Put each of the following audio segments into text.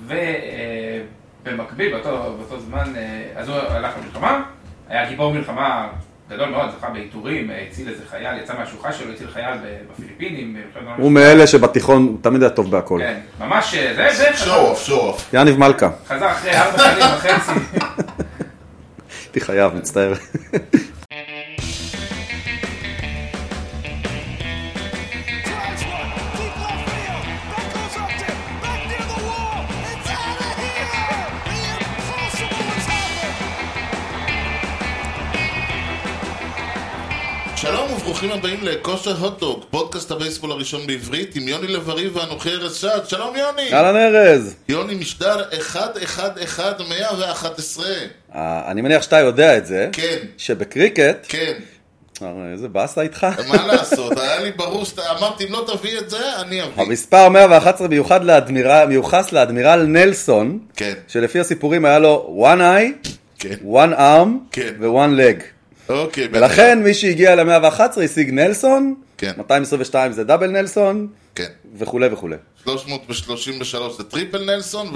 ובמקביל, באותו זמן, אז הוא הלך למלחמה, היה גיבור מלחמה גדול מאוד, זכה בעיטורים, הציל איזה חייל, יצא מהשוחה שלו, הציל חייל בפיליפינים. הוא מאלה שבתיכון תמיד היה טוב בהכל. כן, ממש, זה שורף. יניב מלכה. חזר אחרי 4 שנים וחצי. הייתי חייב, מצטער. שלום וברוכים הבאים לכושר הוטדוג, פודקאסט הבייסבול הראשון בעברית עם יוני לב-ארי ואנוכי ארז שד. שלום יוני. אהלן ארז. יוני, משדר 111. אני מניח שאתה יודע את זה. כן. שבקריקט. כן. איזה באסה איתך. מה לעשות, היה לי ברור, אמרתי אם לא תביא את זה, אני אביא. המספר 111 מיוחס לאדמירל נלסון. כן. שלפי הסיפורים היה לו one eye, כן. one arm כן. ו-one leg. אוקיי. ולכן מי שהגיע ל-111 השיג נלסון, כן. 222 זה דאבל נלסון, כן. וכולי וכולי. 333 זה טריפל נלסון,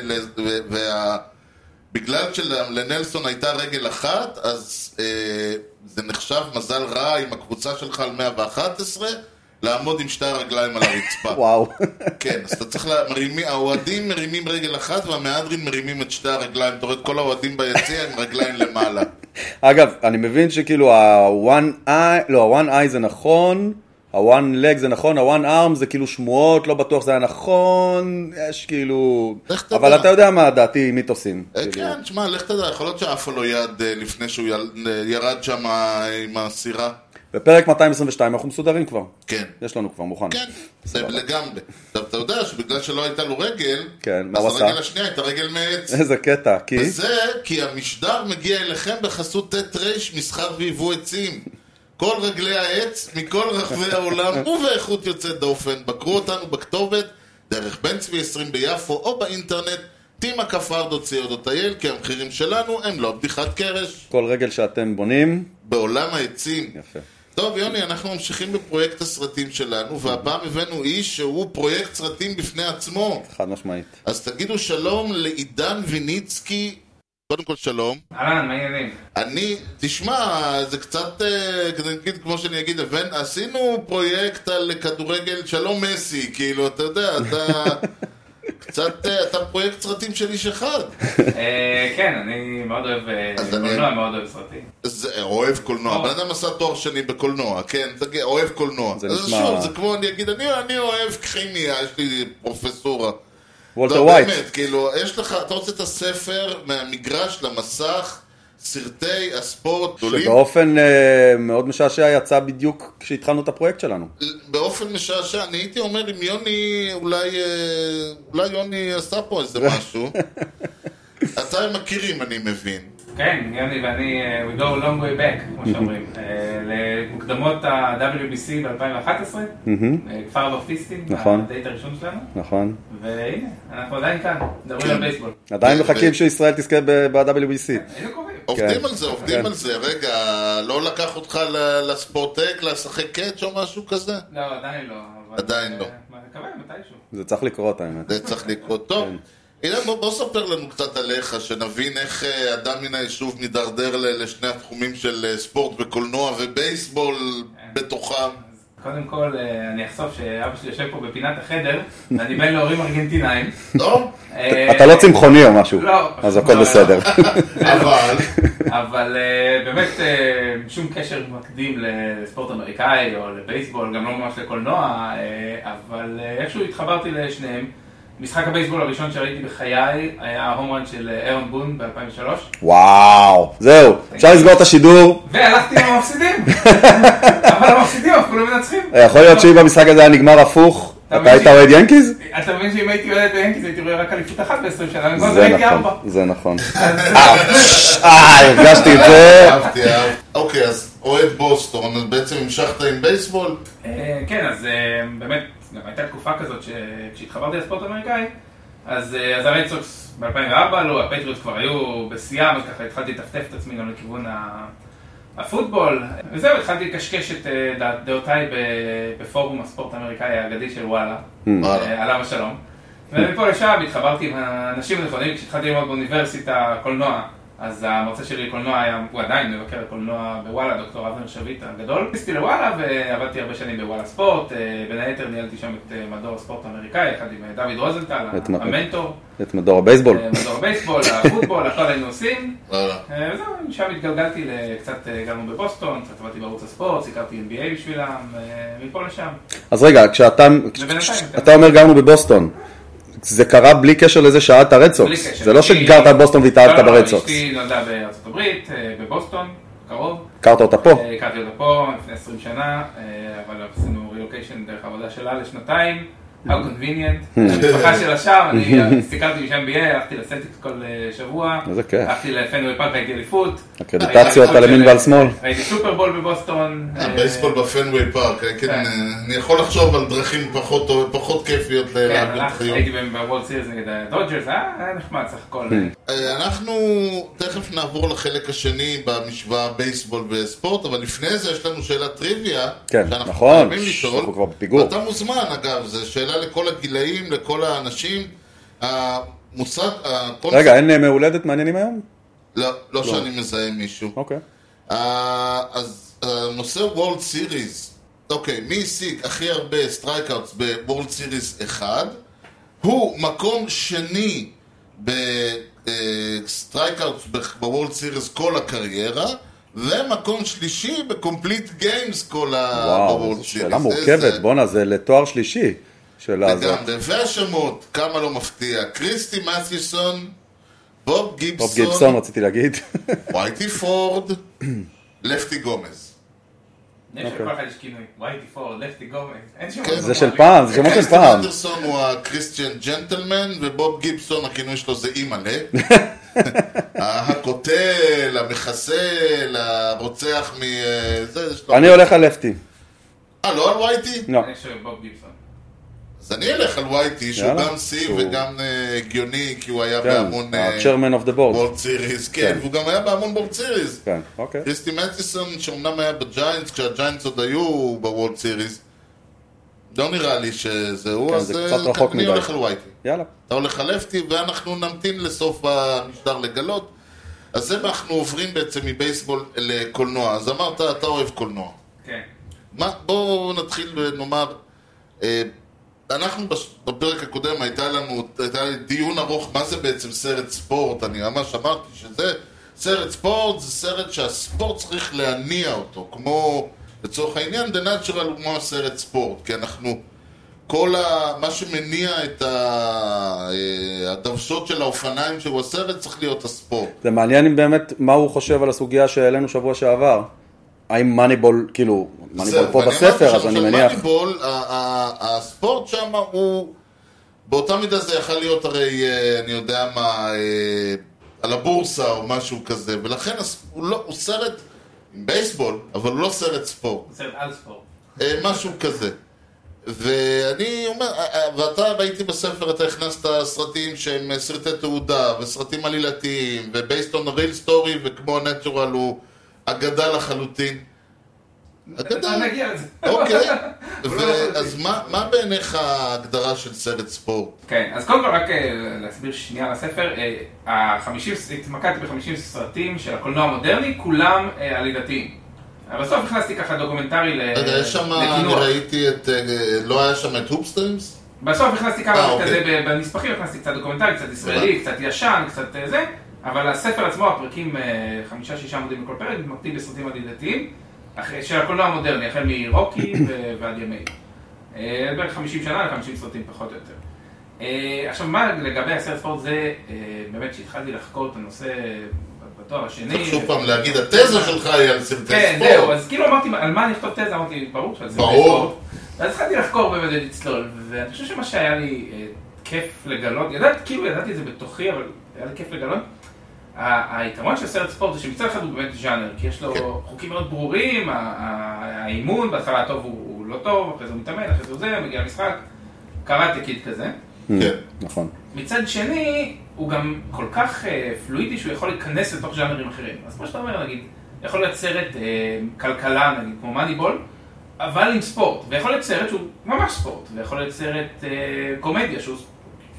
בגלל שלנלסון הייתה רגל אחת, אז זה נחשב מזל רע עם הקבוצה שלך על 111, לעמוד עם שתי הרגליים על הרצפה. וואו. כן, אז אתה צריך האוהדים מרימים רגל אחת והמהדרין מרימים את שתי הרגליים. אתה רואה את כל האוהדים ביציע עם רגליים למעלה. אגב, אני מבין שכאילו ה-one eye זה נכון, ה-one leg זה נכון, ה-one arm זה כאילו שמועות, לא בטוח זה היה נכון, יש כאילו... אבל אתה יודע מה דעתי מיתוסים. כן, תשמע, לך תדע, יכול להיות שאף לא יד לפני שהוא ירד שם עם הסירה. בפרק 222 אנחנו מסודרים כבר. כן. יש לנו כבר מוכן. כן, זה לגמרי. עכשיו, אתה יודע שבגלל שלא הייתה לו רגל, כן, מה אז הוא עשה? הרגל השנייה הייתה רגל מעץ. איזה קטע, כי... וזה כי המשדר מגיע אליכם בחסות תת-רש, מסחר ויבוא עצים. כל רגלי העץ, מכל רחבי העולם, ובאיכות יוצאת דופן. בקרו אותנו בכתובת, דרך בן צבי 20 ביפו, או באינטרנט, tima.co.il, כי המחירים שלנו הם לא בדיחת קרש. כל רגל שאתם בונים. בעולם העצים. יפה. טוב, יוני, אנחנו ממשיכים בפרויקט הסרטים שלנו, והפעם הבאנו איש שהוא פרויקט סרטים בפני עצמו. חד משמעית. אז תגידו שלום לעידן ויניצקי. קודם כל שלום. אהלן, מה העניינים? תשמע, זה קצת, כמו שאני אגיד, עשינו פרויקט על כדורגל, שלום מסי, כאילו, אתה יודע, אתה פרויקט סרטים של איש אחד. כן, אני מאוד אוהב קולנוע, מאוד אוהב סרטים. אוהב קולנוע, בן אדם עשה תואר שני בקולנוע, כן, אוהב קולנוע. זה נשמע... שוב, זה כמו אני אגיד, אני אוהב כימיה, יש לי פרופסורה. וולטר ווייט. באמת, כאילו, יש לך, אתה רוצה את הספר מהמגרש למסך, סרטי הספורט גדולים. שבאופן מאוד משעשע יצא בדיוק כשהתחלנו את הפרויקט שלנו. באופן משעשע, אני הייתי אומר אם יוני, אולי יוני עשה פה איזה משהו. אתה הם מכירים, אני מבין. כן, יוני ואני, we go a long way back, כמו שאומרים. למוקדמות ה-WBC ב-2011, כפר הבפטיסטים, הדייט הראשון שלנו. נכון. והנה, אנחנו עדיין כאן, מדברים על בייסבול. עדיין מחכים שישראל תזכה ב-WBC. היינו קרובים. עובדים על זה, רגע, לא לקח אותך לספורטק, לשחק קאץ' או משהו כזה? לא, עדיין לא. עדיין לא. מקווה, מתישהו. זה צריך לקרות, האמת. זה צריך לקרות. טוב, אילן, בוא ספר לנו קצת עליך, שנבין איך אדם מן היישוב מדרדר לשני התחומים של ספורט וקולנוע ובייסבול בתוכם. קודם כל, אני אחשוף שאבא שלי יושב פה בפינת החדר, ואני בן להורים ארגנטינאים. טוב. אתה לא צמחוני או משהו. לא. אז הכל בסדר. אבל באמת שום קשר מקדים לספורט אמריקאי או לבייסבול, גם לא ממש לקולנוע, אבל איכשהו התחברתי לשניהם. משחק הבייסבול הראשון שראיתי בחיי היה ההומרן של אירון בון ב-2003. וואו, זהו, אפשר לסגור את השידור. והלכתי עם המפסידים. אבל המפסידים אף כולם מנצחים. יכול להיות שאם במשחק הזה היה נגמר הפוך, אתה היית אוהד ינקיז? אתה מבין שאם הייתי אוהד ינקיז הייתי רואה רק אליפות אחת ב-20 שנה, אני כבר ראיתי 4. זה נכון. הרגשתי את זה. אהבתי. אוקיי, אז אוהד בוסטון, אז בעצם המשכת עם בייסבול? כן, אז באמת, גם הייתה תקופה כזאת שכשהתחברתי לספורט אמריקאי, אז הרד סוקס ב-2004 עלו, הפטריוטס כבר היו בשיאם, אז ככה התחלתי לטפטף את עצמי גם לכיוון הפוטבול, וזהו, התחלתי לקשקש את דעותיי בפורום הספורט האמריקאי האגדי של וואלה, עליו השלום. ומפה לשם התחברתי עם האנשים הנכונים, כשהתחלתי ללמוד באוניברסיטה קולנוע, אז המרצה שלי לקולנוע היה, הוא עדיין מבקר קולנוע בוואלה, דוקטור אבנר שביט הגדול. ניסיתי לוואלה ועבדתי הרבה שנים בוואלה ספורט, בין היתר ניהלתי שם את מדור הספורט האמריקאי, יחד עם דוד רוזנטל, המנטור. את מדור הבייסבול. מדור הבייסבול, הפוטבול, הכל היינו עושים. וזהו, שם התגלגלתי קצת, גרנו בבוסטון, קצת עבדתי בערוץ הספורט, סיקרתי NBA בשבילם, מפה לשם. אז רגע, כשאתה אומר גרנו בבוסטון, זה קרה בלי קשר לזה שהת הרד סוקס. זה לא שגרת בבוסטון והתאהבת ברד סוקס. אשתי נולדה בארצות הברית, בבוסטון, קרוב. הכרת אותה פה? הכרתי אותה פה לפני 20 שנה, אבל עשינו רילוקיישן דרך העבודה שלה לשנתיים. How convenient. המשפחה שלה שם, אני סיקרתי משם BA, הלכתי לסלטיקס כל שבוע. איזה כיף. הלכתי לפנוויי פארק, הייתי אליפות. הקרדיטציות על ימין ועל שמאל. הייתי סופרבול בבוסטון. בייסבול בפנוויי פארק, אני יכול לחשוב על דרכים פחות כיפיות להגנת חיוב. הייתי בוולד סיריס נגד הדודג'רס, היה נחמד סך הכל. אנחנו תכף נעבור לחלק השני במשוואה בייסבול וספורט, אבל לפני זה יש לנו שאלת טריוויה. כן, נכון, אנחנו כבר בפיגור. אתה מוזמן אגב, זו שאלה לכל הגילאים, לכל האנשים. המושג... רגע, אין מהולדת מעניינים היום? לא שאני מזהה מישהו. אוקיי. אז הנושא וולד סיריס, אוקיי, מי השיג הכי הרבה סטרייקאוטס בוולד סיריס 1, הוא מקום שני בסטרייקאוטס בוולד סיריס כל הקריירה, ומקום שלישי בקומפליט גיימס כל וואו, זו שאלה מורכבת, בונה, זה לתואר שלישי. לגמרי, והשמות, כמה לא מפתיע, קריסטי מתיוסון, בוב גיבסון, רציתי להגיד, וייטי פורד, לפטי גומז. יש כל אחד יש כינוי, וייטי פורד, לפטי גומז. זה של פעם, זה שמות של פעם. קריסטי מתיוסון הוא הקריסטיאן ג'נטלמן, ובוב גיבסון הכינוי שלו זה אימאלה. הקוטל, המחסל, הרוצח אני הולך על לפטי. לא על וייטי? לא. אני חושב בוב גיבסון. אז אני אלך על וייטי, שהוא גם סי וגם הגיוני, כי הוא היה בהמון ה-chairman of the board. בורד סיריס, כן, והוא גם היה בהמון בורד סיריס. כן, אוקיי. קריסטי מתיסון, שאומנם היה בג'יינטס, כשהג'יינטס עוד היו בורד סיריס, לא נראה לי שזהו, אז אני הולך על וייטי. יאללה. אתה הולך על לפטי, ואנחנו נמתין לסוף המשדר לגלות. אז זה אנחנו עוברים בעצם מבייסבול לקולנוע. אז אמרת, אתה אוהב קולנוע. כן. בואו נתחיל ונאמר, אנחנו בפרק הקודם הייתה דיון ארוך, מה זה בעצם סרט ספורט? אני ממש אמרתי שזה סרט ספורט, זה סרט שהספורט צריך להניע אותו, כמו לצורך העניין, The Natural הוא כמו סרט ספורט, כי אנחנו, מה שמניע את הדוושות של האופניים שהוא הסרט צריך להיות הספורט. זה מעניין אם באמת מה הוא חושב על הסוגיה שהעלינו שבוע שעבר. האם מאניבול, כאילו, מאניבול פה בספר, אז אני מניח... מאניבול, הספורט שם הוא, באותה מידה זה יכול להיות הרי, אני יודע מה, על הבורסה או משהו כזה, ולכן הוא סרט עם בייסבול, אבל הוא לא סרט ספורט. הוא סרט על ספורט. משהו כזה. ואני אומר, ואתה ראיתי בספר, אתה הכנסת סרטים שהם סרטי תעודה, וסרטים עלילתיים, ובייסט און ריל סטורי, וכמו נטורל הוא אגדה לחלוטין. אגדה? נגיע לזה. אוקיי. אז מה בעיניך ההגדרה של סרט ספורט? כן, אז קודם כל רק להסביר שנייה על הספר. התמקדתי ב50 סרטים של הקולנוע המודרני, כולם עלילתיים. בסוף הכנסתי ככה דוקומנטרי לקינוח. יש שם, אני ראיתי את, לא היה שם את הופסטרימס? בסוף הכנסתי כמה כזה בנספחים, הכנסתי קצת דוקומנטרי, קצת ישראלי, קצת ישן, קצת זה. אבל הספר עצמו, הפרקים 5-6 עמודים בכל פרק, מתמקדים בסרטים עלילתיים של הקולנוע המודרני, החל מרוקי ועד ימי. בערך 50 שנה ל-50 סרטים פחות או יותר. עכשיו, מה לגבי הסרט ספורט זה, באמת שהתחלתי לחקור את הנושא בתואר השני. שוב פעם להגיד, התזה שלך היא על סרטי ספורט. כן, זהו, אז כאילו אמרתי, על מה אני אכתוב תזה? אמרתי, ברור שעל סרטי ספורט. ואז התחלתי לחקור באמת לצלול, ואני חושב שמה שהיה לי כיף לגלות, ידעתי את זה בתוכי, אבל היה לי כיף לגלות. היתרון של סרט ספורט זה שמצד אחד הוא באמת ז'אנר, כי יש לו חוקים מאוד ברורים, האימון בהתחלה הטוב הוא לא טוב, אחרי זה הוא מתאמן, אחרי זה הוא זה, מגיע למשחק, קראטה קיד כזה. כן, נכון. מצד שני, הוא גם כל כך פלואידי שהוא יכול להיכנס לתוך ז'אנרים אחרים. אז כמו שאתה אומר, נגיד, יכול להיות סרט כלכלה, נגיד, כמו מאניבול, אבל עם ספורט, ויכול להיות סרט שהוא ממש ספורט, ויכול להיות סרט קומדיה שהוא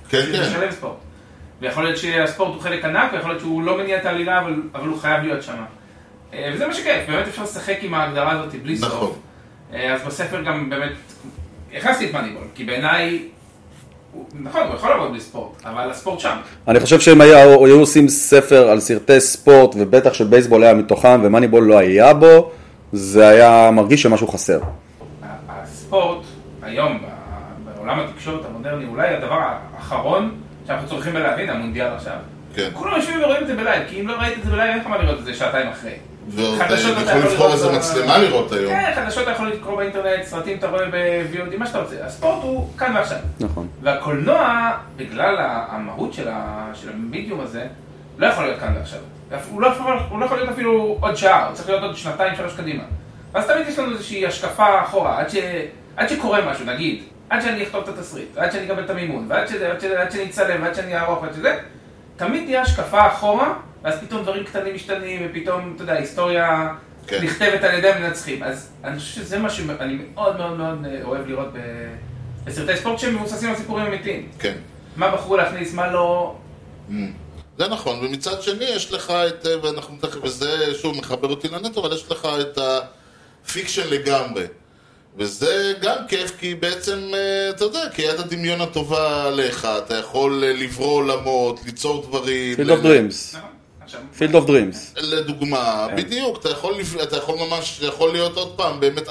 כן, בשביל כן. לשלב ספורט. ויכול להיות שהספורט הוא חלק ענק, ויכול להיות שהוא לא מניע את העלילה, אבל הוא חייב להיות שם. וזה מה שכיף, באמת אפשר לשחק עם ההגדרה הזאת בלי סוף. נכון. אז בספר גם באמת, הכנסתי את מאניבול, כי בעיניי, נכון, הוא יכול לעבוד בלי ספורט, אבל הספורט שם. אני חושב שהם היו עושים ספר על סרטי ספורט, ובטח שבייסבול היה מתוכם, ומאניבול לא היה בו, זה היה מרגיש שמשהו חסר. הספורט, היום, בעולם התקשורת המודרני, אולי הדבר האחרון שאנחנו צריכים להבין, המונדיאל עכשיו. כן. כולם יושבים ורואים את זה בלייב, כי אם לא ראית את זה בלייב, אין לך מה לראות את זה שעתיים אחרי. ויכול לבחור איזה מצלמה לראות היום. כן, חדשות אתה יכול לקרוא באינטרנט, סרטים אתה רואה ב-VOD, מה שאתה רוצה. הספורט הוא כאן ועכשיו. נכון. והקולנוע, בגלל המהות של המדיום הזה, לא יכול להיות כאן ועכשיו. הוא לא יכול להיות אפילו עוד שעה, הוא צריך להיות עוד 2-3 קדימה. ואז תמיד יש לנו איזושהי השקפה אחורה, עד שקורה משהו, נגיד, עד שאני אכתוב את התסריט, עד שאני אקבל את המימון, ועד שאני אצלם, ועד שאני אערוך, ועד שזה, תמיד תהיה השקפה אחורה, ואז פתאום דברים קטנים משתנים, ופתאום, אתה יודע, היסטוריה נכתבת על ידי המנצחים. אז אני חושב שזה מה שאני מאוד מאוד מאוד אוהב לראות בסרטי ספורט שהם מבוססים על סיפורים אמיתיים. כן. מה בחרו להכניס, מה לא... זה נכון, ומצד שני יש לך את, ואנחנו תכף, וזה שוב מחבר אותי לנטו, אבל יש לך את הפיקשן לגמרי. וזה גם כיף, כי בעצם, אתה יודע, כי יד הדמיון הטובה עליך, אתה יכול לברוא עולמות, ליצור דברים. Field of Dreams. Field of Dreams. לדוגמה, בדיוק, אתה יכול ממש, יכול להיות עוד פעם, באמת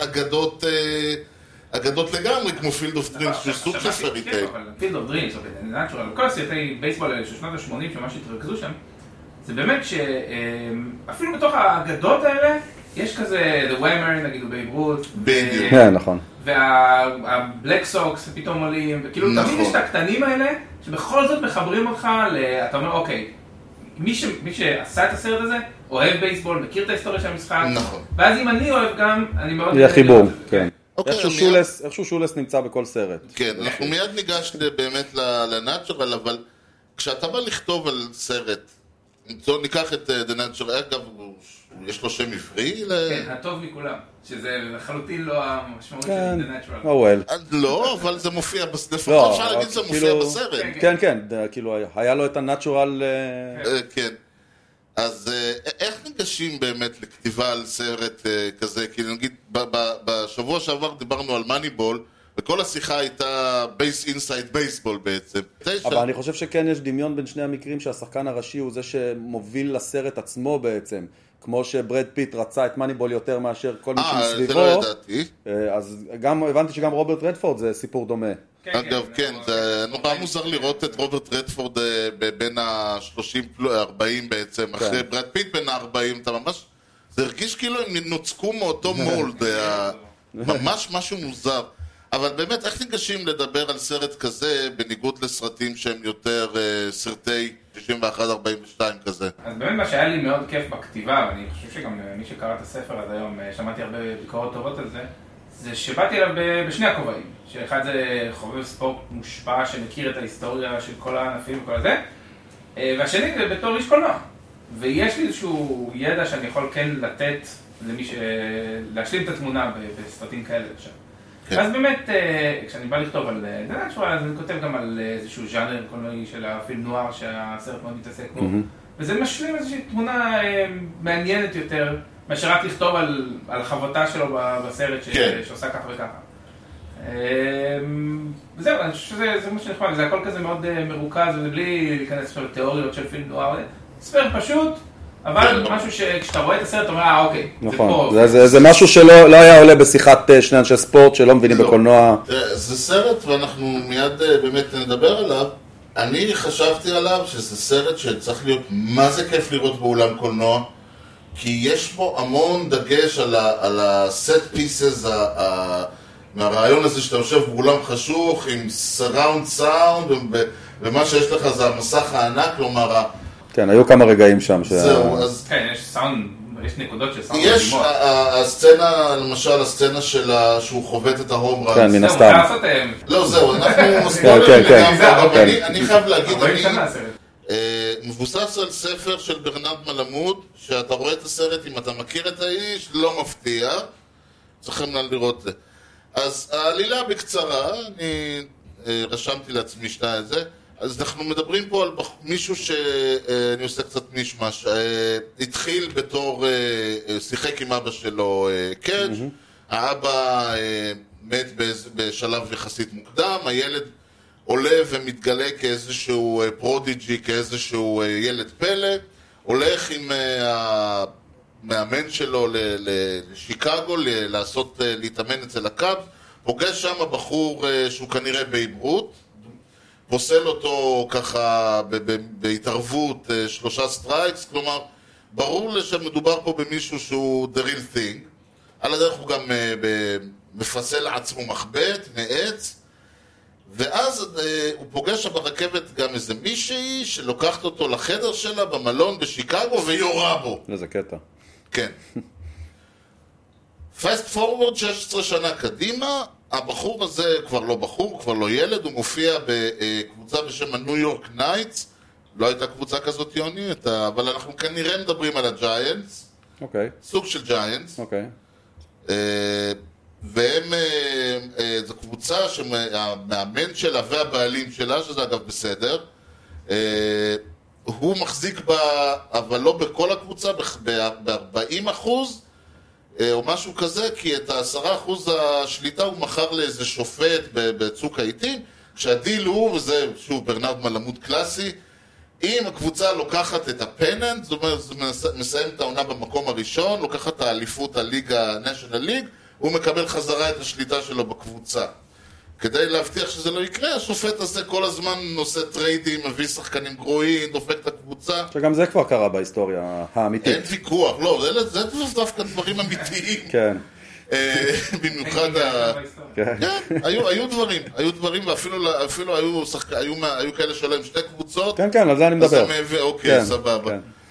אגדות לגמרי, כמו Field of Dreams, שהוא סוג של פריטייל. Field of Dreams, Natural, כל הסרטי בייסבול האלה של שנות ה-80 שממש התרכזו שם, זה באמת שאפילו בתוך האגדות האלה, יש כזה, The Whammer, נגיד, בייב רות. בדיוק. כן, נכון. והבלק סוקס פתאום עולים, וכאילו תמיד יש את הקטנים האלה, שבכל זאת מחברים אותך, אתה אומר, אוקיי, מי שעשה את הסרט הזה, אוהב בייסבול, מכיר את ההיסטוריה של המשחק, נכון. ואז אם אני אוהב גם, אני מאוד... יהיה חיבור, כן. אוקיי, איכשהו שולס נמצא בכל סרט. כן, אנחנו מיד ניגש באמת לנאצ'רל, אבל כשאתה בא לכתוב על סרט, ניקח את The Natural, אגב, יש לו שם עברי? כן, הטוב מכולם, שזה לחלוטין לא המשמעות של The Natural. לא, אבל זה מופיע בספר, אפשר להגיד שזה מופיע בסרט. כן, כן, כאילו היה לו את הנאצ'רל... כן. אז איך ניגשים באמת לכתיבה על סרט כזה? כי נגיד, בשבוע שעבר דיברנו על מאניבול, וכל השיחה הייתה בייס אינסייד בייסבול בעצם. אבל אני חושב שכן יש דמיון בין שני המקרים שהשחקן הראשי הוא זה שמוביל לסרט עצמו בעצם. כמו שברד פיט רצה את מאניבול יותר מאשר כל מי שמסביבו. זה לא ידעתי. אז גם הבנתי שגם רוברט רדפורד זה סיפור דומה. אגב, כן, זה נורא מוזר לראות את רוברט רדפורד בין ה-30-40 בעצם, אחרי ברד פיט בין ה-40, אתה ממש, זה הרגיש כאילו הם נוצקו מאותו מולד, ממש משהו מוזר. אבל באמת, איך ניגשים לדבר על סרט כזה, בניגוד לסרטים שהם יותר סרטי 61-42 כזה? אז באמת מה שהיה לי מאוד כיף בכתיבה, ואני חושב שגם מי שקרא את הספר עד היום, שמעתי הרבה ביקורות טובות על זה, זה שבאתי אליו בשני הכובעים. שאחד זה חובב ספורט מושפע שמכיר את ההיסטוריה של כל הענפים וכל זה, והשני זה בתור איש קולנוע. ויש לי איזשהו ידע שאני יכול כן לתת למי להשלים את התמונה בסרטים כאלה עכשיו. אז באמת, כשאני בא לכתוב על The Natural, אז אני כותב גם על איזשהו ז'אנר קולנועי של הפילם נואר שהסרט מאוד מתעסק בו. וזה משלים איזושהי תמונה מעניינת יותר, מאשר רק לכתוב על חוותה שלו בסרט שעושה ככה וככה. וזהו, אני חושב שזה מה שנחמד, זה הכל כזה מאוד מרוכז, וזה בלי להיכנס עכשיו לתיאוריות של פילם נואר. ספר פשוט, אבל משהו שכשאתה רואה את הסרט, אתה אומר, אוקיי, זה פה. זה משהו שלא היה עולה בשיחת שני אנשי ספורט, שלא מבינים בקולנוע. זה סרט, ואנחנו מיד באמת נדבר עליו. אני חשבתי עליו שזה סרט שצריך להיות, מה זה כיף לראות באולם קולנוע, כי יש בו המון דגש על ה-set pieces, מהרעיון הזה שאתה יושב באולם חשוך עם surround sound, ומה שיש לך זה המסך הענק, כלומר... כן, היו כמה רגעים שם. זהו, אז... כן, יש סאונד, יש נקודות של סאונד. יש הסצנה, למשל, הסצנה שהוא חובט את ההום ראנס. כן, מן הסתם. לא, זהו, אנחנו ספוילרים לגמרי, אני חייב להגיד, מבוסס על ספר של ברנרד מלמוד, שאתה רואה את הסרט, אם אתה מכיר את האיש, לא מפתיע, צריכים לראות את זה. אז העלילה בקצרה, אני רשמתי לעצמי את זה, אז אנחנו מדברים פה על מישהו שאני עושה קצת נשמש, התחיל בתור, שיחק עם אבא שלו קאג', האבא מת בשלב יחסית מוקדם, הילד עולה ומתגלה כאיזשהו פרודיג'י, כאיזשהו ילד פלא, הולך עם המאמן שלו לשיקגו, להתאמן אצל הקאב, פוגש שם בחור שהוא כנראה בהיברות, פוסל אותו ככה בהתערבות 3 סטרייקס, כלומר, ברור שמדובר פה במישהו שהוא the real thing, על הדרך הוא גם מפסל לעצמו מחבט, מעץ, ואז הוא פוגש ברכבת גם איזה מישהי שלוקחת אותו לחדר שלה במלון בשיקגו ויורה בו. איזה קטע. כן. פאסט פורוורד 16 שנה קדימה, הבחור הזה כבר לא בחור, הוא כבר לא ילד, הוא מופיע בקבוצה בשם הניו יורק נייטס, לא הייתה קבוצה כזאת יוני, אבל אנחנו כנראה מדברים על הג'יינטס, סוג של ג'יינטס, והם, זו קבוצה שהמאמן שלה והבעלים שלה, שזה אגב בסדר, הוא מחזיק בה, אבל לא בכל הקבוצה, ב-40%, או משהו כזה, כי את 10% השליטה הוא מכר לאיזה שופט בצוק העיתים, כשהדיל הוא, וזה שוב ברנרד מלמוד קלאסי, אם הקבוצה לוקחת את הפננט, זאת אומרת, מסיים את העונה במקום הראשון, לוקחת את האליפות הליגה, נשיונל ליג, הוא מקבל חזרה את השליטה שלו בקבוצה. כדי להבטיח שזה לא יקרה, השופט הזה כל הזמן נושא טריידים, מביא שחקנים גרועים, דופק את הקבוצה. שגם זה כבר קרה בהיסטוריה האמיתית. אין ויכוח, לא, זה דווקא דברים אמיתיים. כן. במיוחד היו דברים, ואפילו היו כאלה שלהם 2 קבוצות. כן, כן, על זה אני מדבר. אוקיי, סבבה.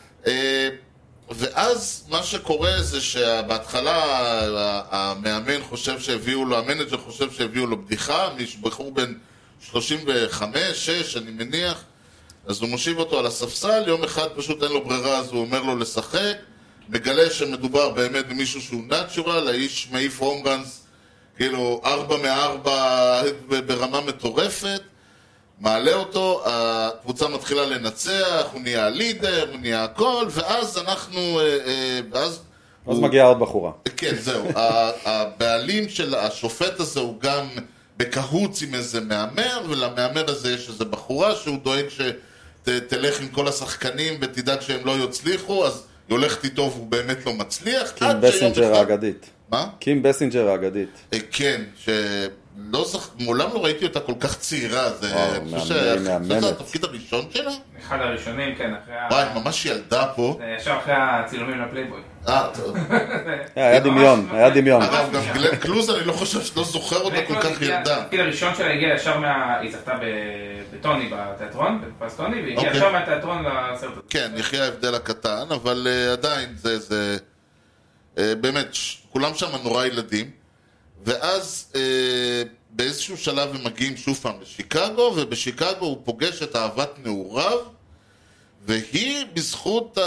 ואז מה שקורה זה שבהתחלה המאמן חושב שהביאו לו, המנג'ר חושב שהביאו לו בדיחה, בחור בין 35-6 אני מניח, אז הוא מושיב אותו על הספסל, יום אחד פשוט אין לו ברירה, אז הוא אומר לו לשחק, מגלה שמדובר באמת במישהו שהוא נאצ'ורל, האיש מעיף הומרנס, כאילו 4 מ-4 ברמה מטורפת, מעלה אותו, הקבוצה מתחילה לנצח, הוא נהיה לידר, הוא נהיה הכל, ואז אנחנו, אז מגיעה עוד בחורה. כן, זהו. הבעלים של השופט הזה הוא גם בקהוץ עם איזה מאמר, ולמאמר הזה יש איזה בחורה שהוא דואג שתלך עם כל השחקנים ותדאג שהם לא יצליחו, אז היא הולכת איתו והוא באמת לא מצליח. קים בסינג'ר האגדית. מה? קים בסינג'ר האגדית. כן, מעולם לא ראיתי אותה כל כך צעירה, אני חושב שזה התפקיד הראשון שלה? אחד הראשונים, כן, אחרי וואי, ממש ילדה פה. ישר אחרי הצילומים לפלייבוי. טוב. היה דמיון, היה דמיון. אגב, גם גלן קלוז, אני לא חושב שלא זוכר אותה כל כך ילדה. התפקיד הראשון שלה הגיע ישר היא זכתה בטוני בתיאטרון, בפרס טוני, והיא הגיעה ישר מהתיאטרון לסרט הזה. כן, יחיה ההבדל הקטן, אבל עדיין זה באמת, כולם שם נורא ילדים. ואז באיזשהו שלב הם מגיעים שוב פעם לשיקגו, ובשיקגו הוא פוגש את אהבת נעוריו, והיא בזכות,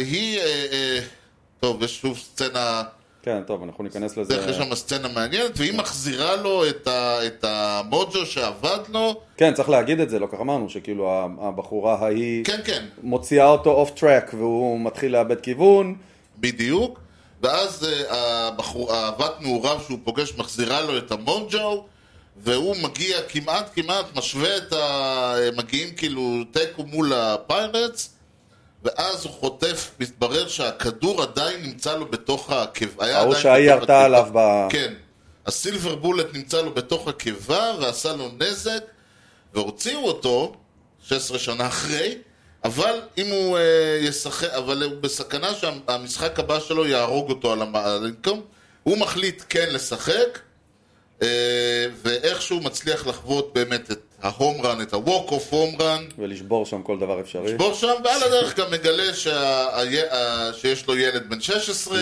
טוב, יש שוב סצנה, כן, טוב, אנחנו ניכנס לזה. יש שם סצנה מעניינת, והיא מחזירה לו את המוג'ו שעבד לו. כן, צריך להגיד את זה, לא כך אמרנו, שכאילו הבחורה ההיא כן. מוציאה אותו אוף טרק, והוא מתחיל לאבד כיוון. בדיוק. ואז אהבת נעוריו שהוא פוגש מחזירה לו את המוג'ו, והוא מגיע כמעט, משווה מגיעים כאילו טקו מול הפיירטס, ואז הוא חוטף, מתברר שהכדור עדיין נמצא לו בתוך הקיבה. ההוא שהיא ירתה עליו כן, הסילבר בולט נמצא לו בתוך הקיבה, ועשה לו נזק, והוציאו אותו, 16 שנה אחרי, אבל אם הוא ישחק, אבל הוא בסכנה שהמשחק הבא שלו יהרוג אותו על המקום, הוא מחליט כן לשחק, ואיכשהו מצליח לחוות באמת את ההומרן, את הווק אוף הומרן. ולשבור שם כל דבר אפשרי. לשבור שם, ועל הדרך גם מגלה שיש לו ילד בן 16.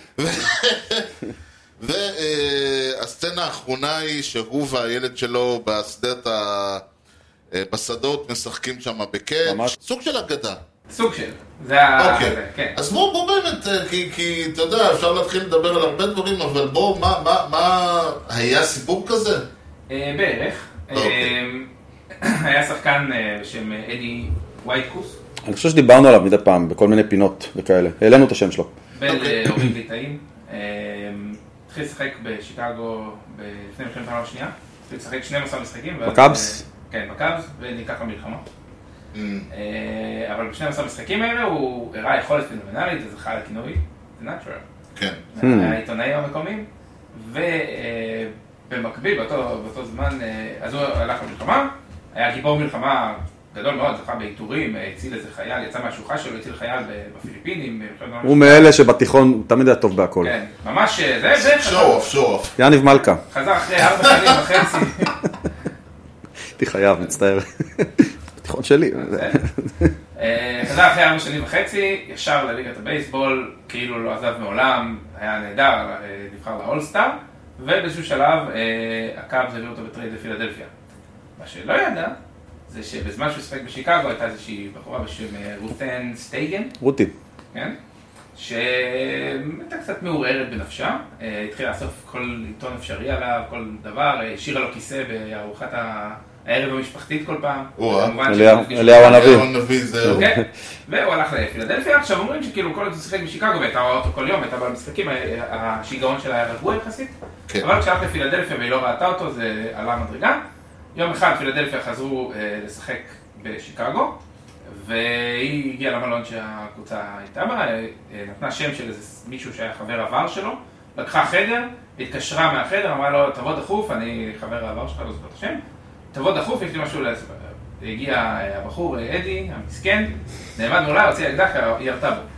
והסצנה האחרונה היא שהוא והילד שלו בשדות משחקים שם בקאץ'. סוג של אגדה. סוג של. כן. אז בוא באמת, כי אתה יודע, אפשר להתחיל לדבר על הרבה דברים, אבל בוא, מה היה סיפור כזה? בערך. היה שחקן בשם אדי ווייטקוס. אני חושב שדיברנו עליו מדי פעם, בכל מיני פינות וכאלה. העלינו את השם שלו. בין הורים ליטאים. התחיל לשחק בשיקגו לפני מלחמת העולם השנייה. התחיל לשחק 12 משחקים. בקאבס? כן, בקאבס, וניקח למלחמה. אבל ב-12 המשחקים האלה הוא הראה יכולת פנומנלית, זה זכה לכינוי, The Natural. כן. העיתונאים המקומיים, ובמקביל, באותו זמן, אז הוא הלך למלחמה, היה גיבור מלחמה גדול מאוד, זכה בעיטורים, הציל איזה חייל, יצא מהשוחה שלו, הציל חייל בפיליפינים. הוא מאלה שבתיכון הוא תמיד היה טוב בהכל. כן, ממש, זה שואף. יניב מלכה. חזר אחרי 4 שנים וחצי. הייתי חייב, מצטער. בתיכון שלי. חזר אחרי 4 שנים וחצי, ישר לליגת הבייסבול, כאילו לא עזב מעולם, היה נהדר, נבחר לאולסטאר, ובאיזשהו שלב הקאבס הביא אותו בטרייד לפילדלפיה. מה שלא ידע, זה שבזמן שהוא שחק בשיקגו הייתה איזושהי בחורה בשם רות'ן סטייגן. רותי. כן? שהייתה קצת מעוררת בנפשה, התחילה לאסוף כל עיתון אפשרי עליו, כל דבר, השאירה לו כיסא בארוחת הערב המשפחתית כל פעם. אליהו הנביא, זהו. והוא הלך לפילדלפיה, עכשיו אומרים שכאילו כל עוד הוא שיחק בשיקגו והייתה רואה אותו כל יום, הייתה במשחקים, השיגעון שלה היה רגוע יחסית, אבל כשהלך לפילדלפיה והיא לא ראתה אותו זה עלה מדרגה. יום אחד פילדלפיה חזרו לשחק בשיקגו, והיא הגיעה למלון שהקבוצה הייתה בה, נתנה שם של איזה מישהו שהיה חבר עבר שלו, לקחה חדר, התקשרה מהחדר, אמרה לו, תבוא דחוף, אני חבר העבר שלך, לא זוכר את השם, תבוא דחוף, יש לי משהו להסבר. הגיע הבחור, אדי, המסכן, נעמד מולה, הוציא אקדח, היא ירתה בו.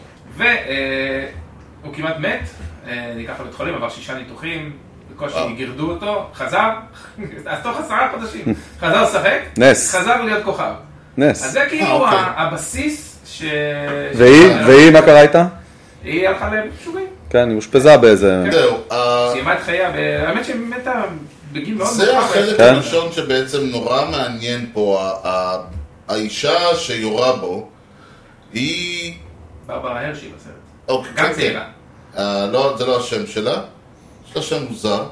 והוא כמעט מת, ניקח לבית חולים, עבר 6 ניתוחים, בקושי גירדו אותו, חזר, אז תוך 10 חודשים, חזר לשחק, חזר להיות כוכב. נס. אז זה כאילו הבסיס ש... והיא, מה קרה איתה? היא הלכה למשוגעים. כן, היא הושפזה באיזה... זהו. סיימה את חייה, האמת שהיא מתה בגיל מאוד זה החלק הראשון שבעצם נורא מעניין פה, האישה שיורה בו, היא... ברברה הרשי בסרט. אוקיי, גם צעירה. לא, זה לא השם שלה, יש לה שם מוזר.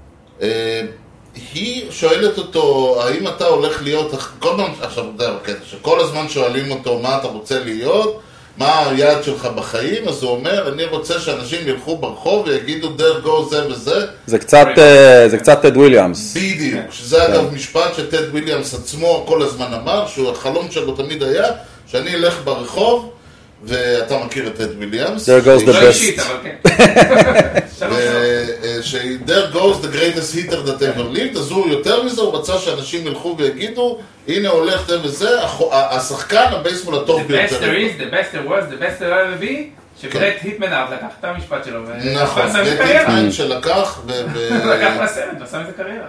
היא שואלת אותו, האם אתה הולך להיות, כל הזמן שואלים אותו מה אתה רוצה להיות, מה היעד שלך בחיים, אז הוא אומר, אני רוצה שאנשים ילכו ברחוב ויגידו there go זה וזה. זה קצת טד וויליאמס. בדיוק, שזה אגב משפט שטד וויליאמס עצמו כל הזמן אמר, שהחלום שלו תמיד היה, שאני אלך ברחוב, ואתה מכיר את טד וויליאמס. There goes the best. ש-There goes the greatest hitter that ever lived, אז הוא יותר מזה, הוא רצה שאנשים ילכו ויגידו, הנה הולך זה וזה, השחקן הבייסבול הטוב ביותר. The best there is, the best there was, the best there ever be, שגרט היטמנארד לקח את המשפט שלו, נכון, גרט היטמן שלקח, לקח לסרט, ועשה מזה קריירה.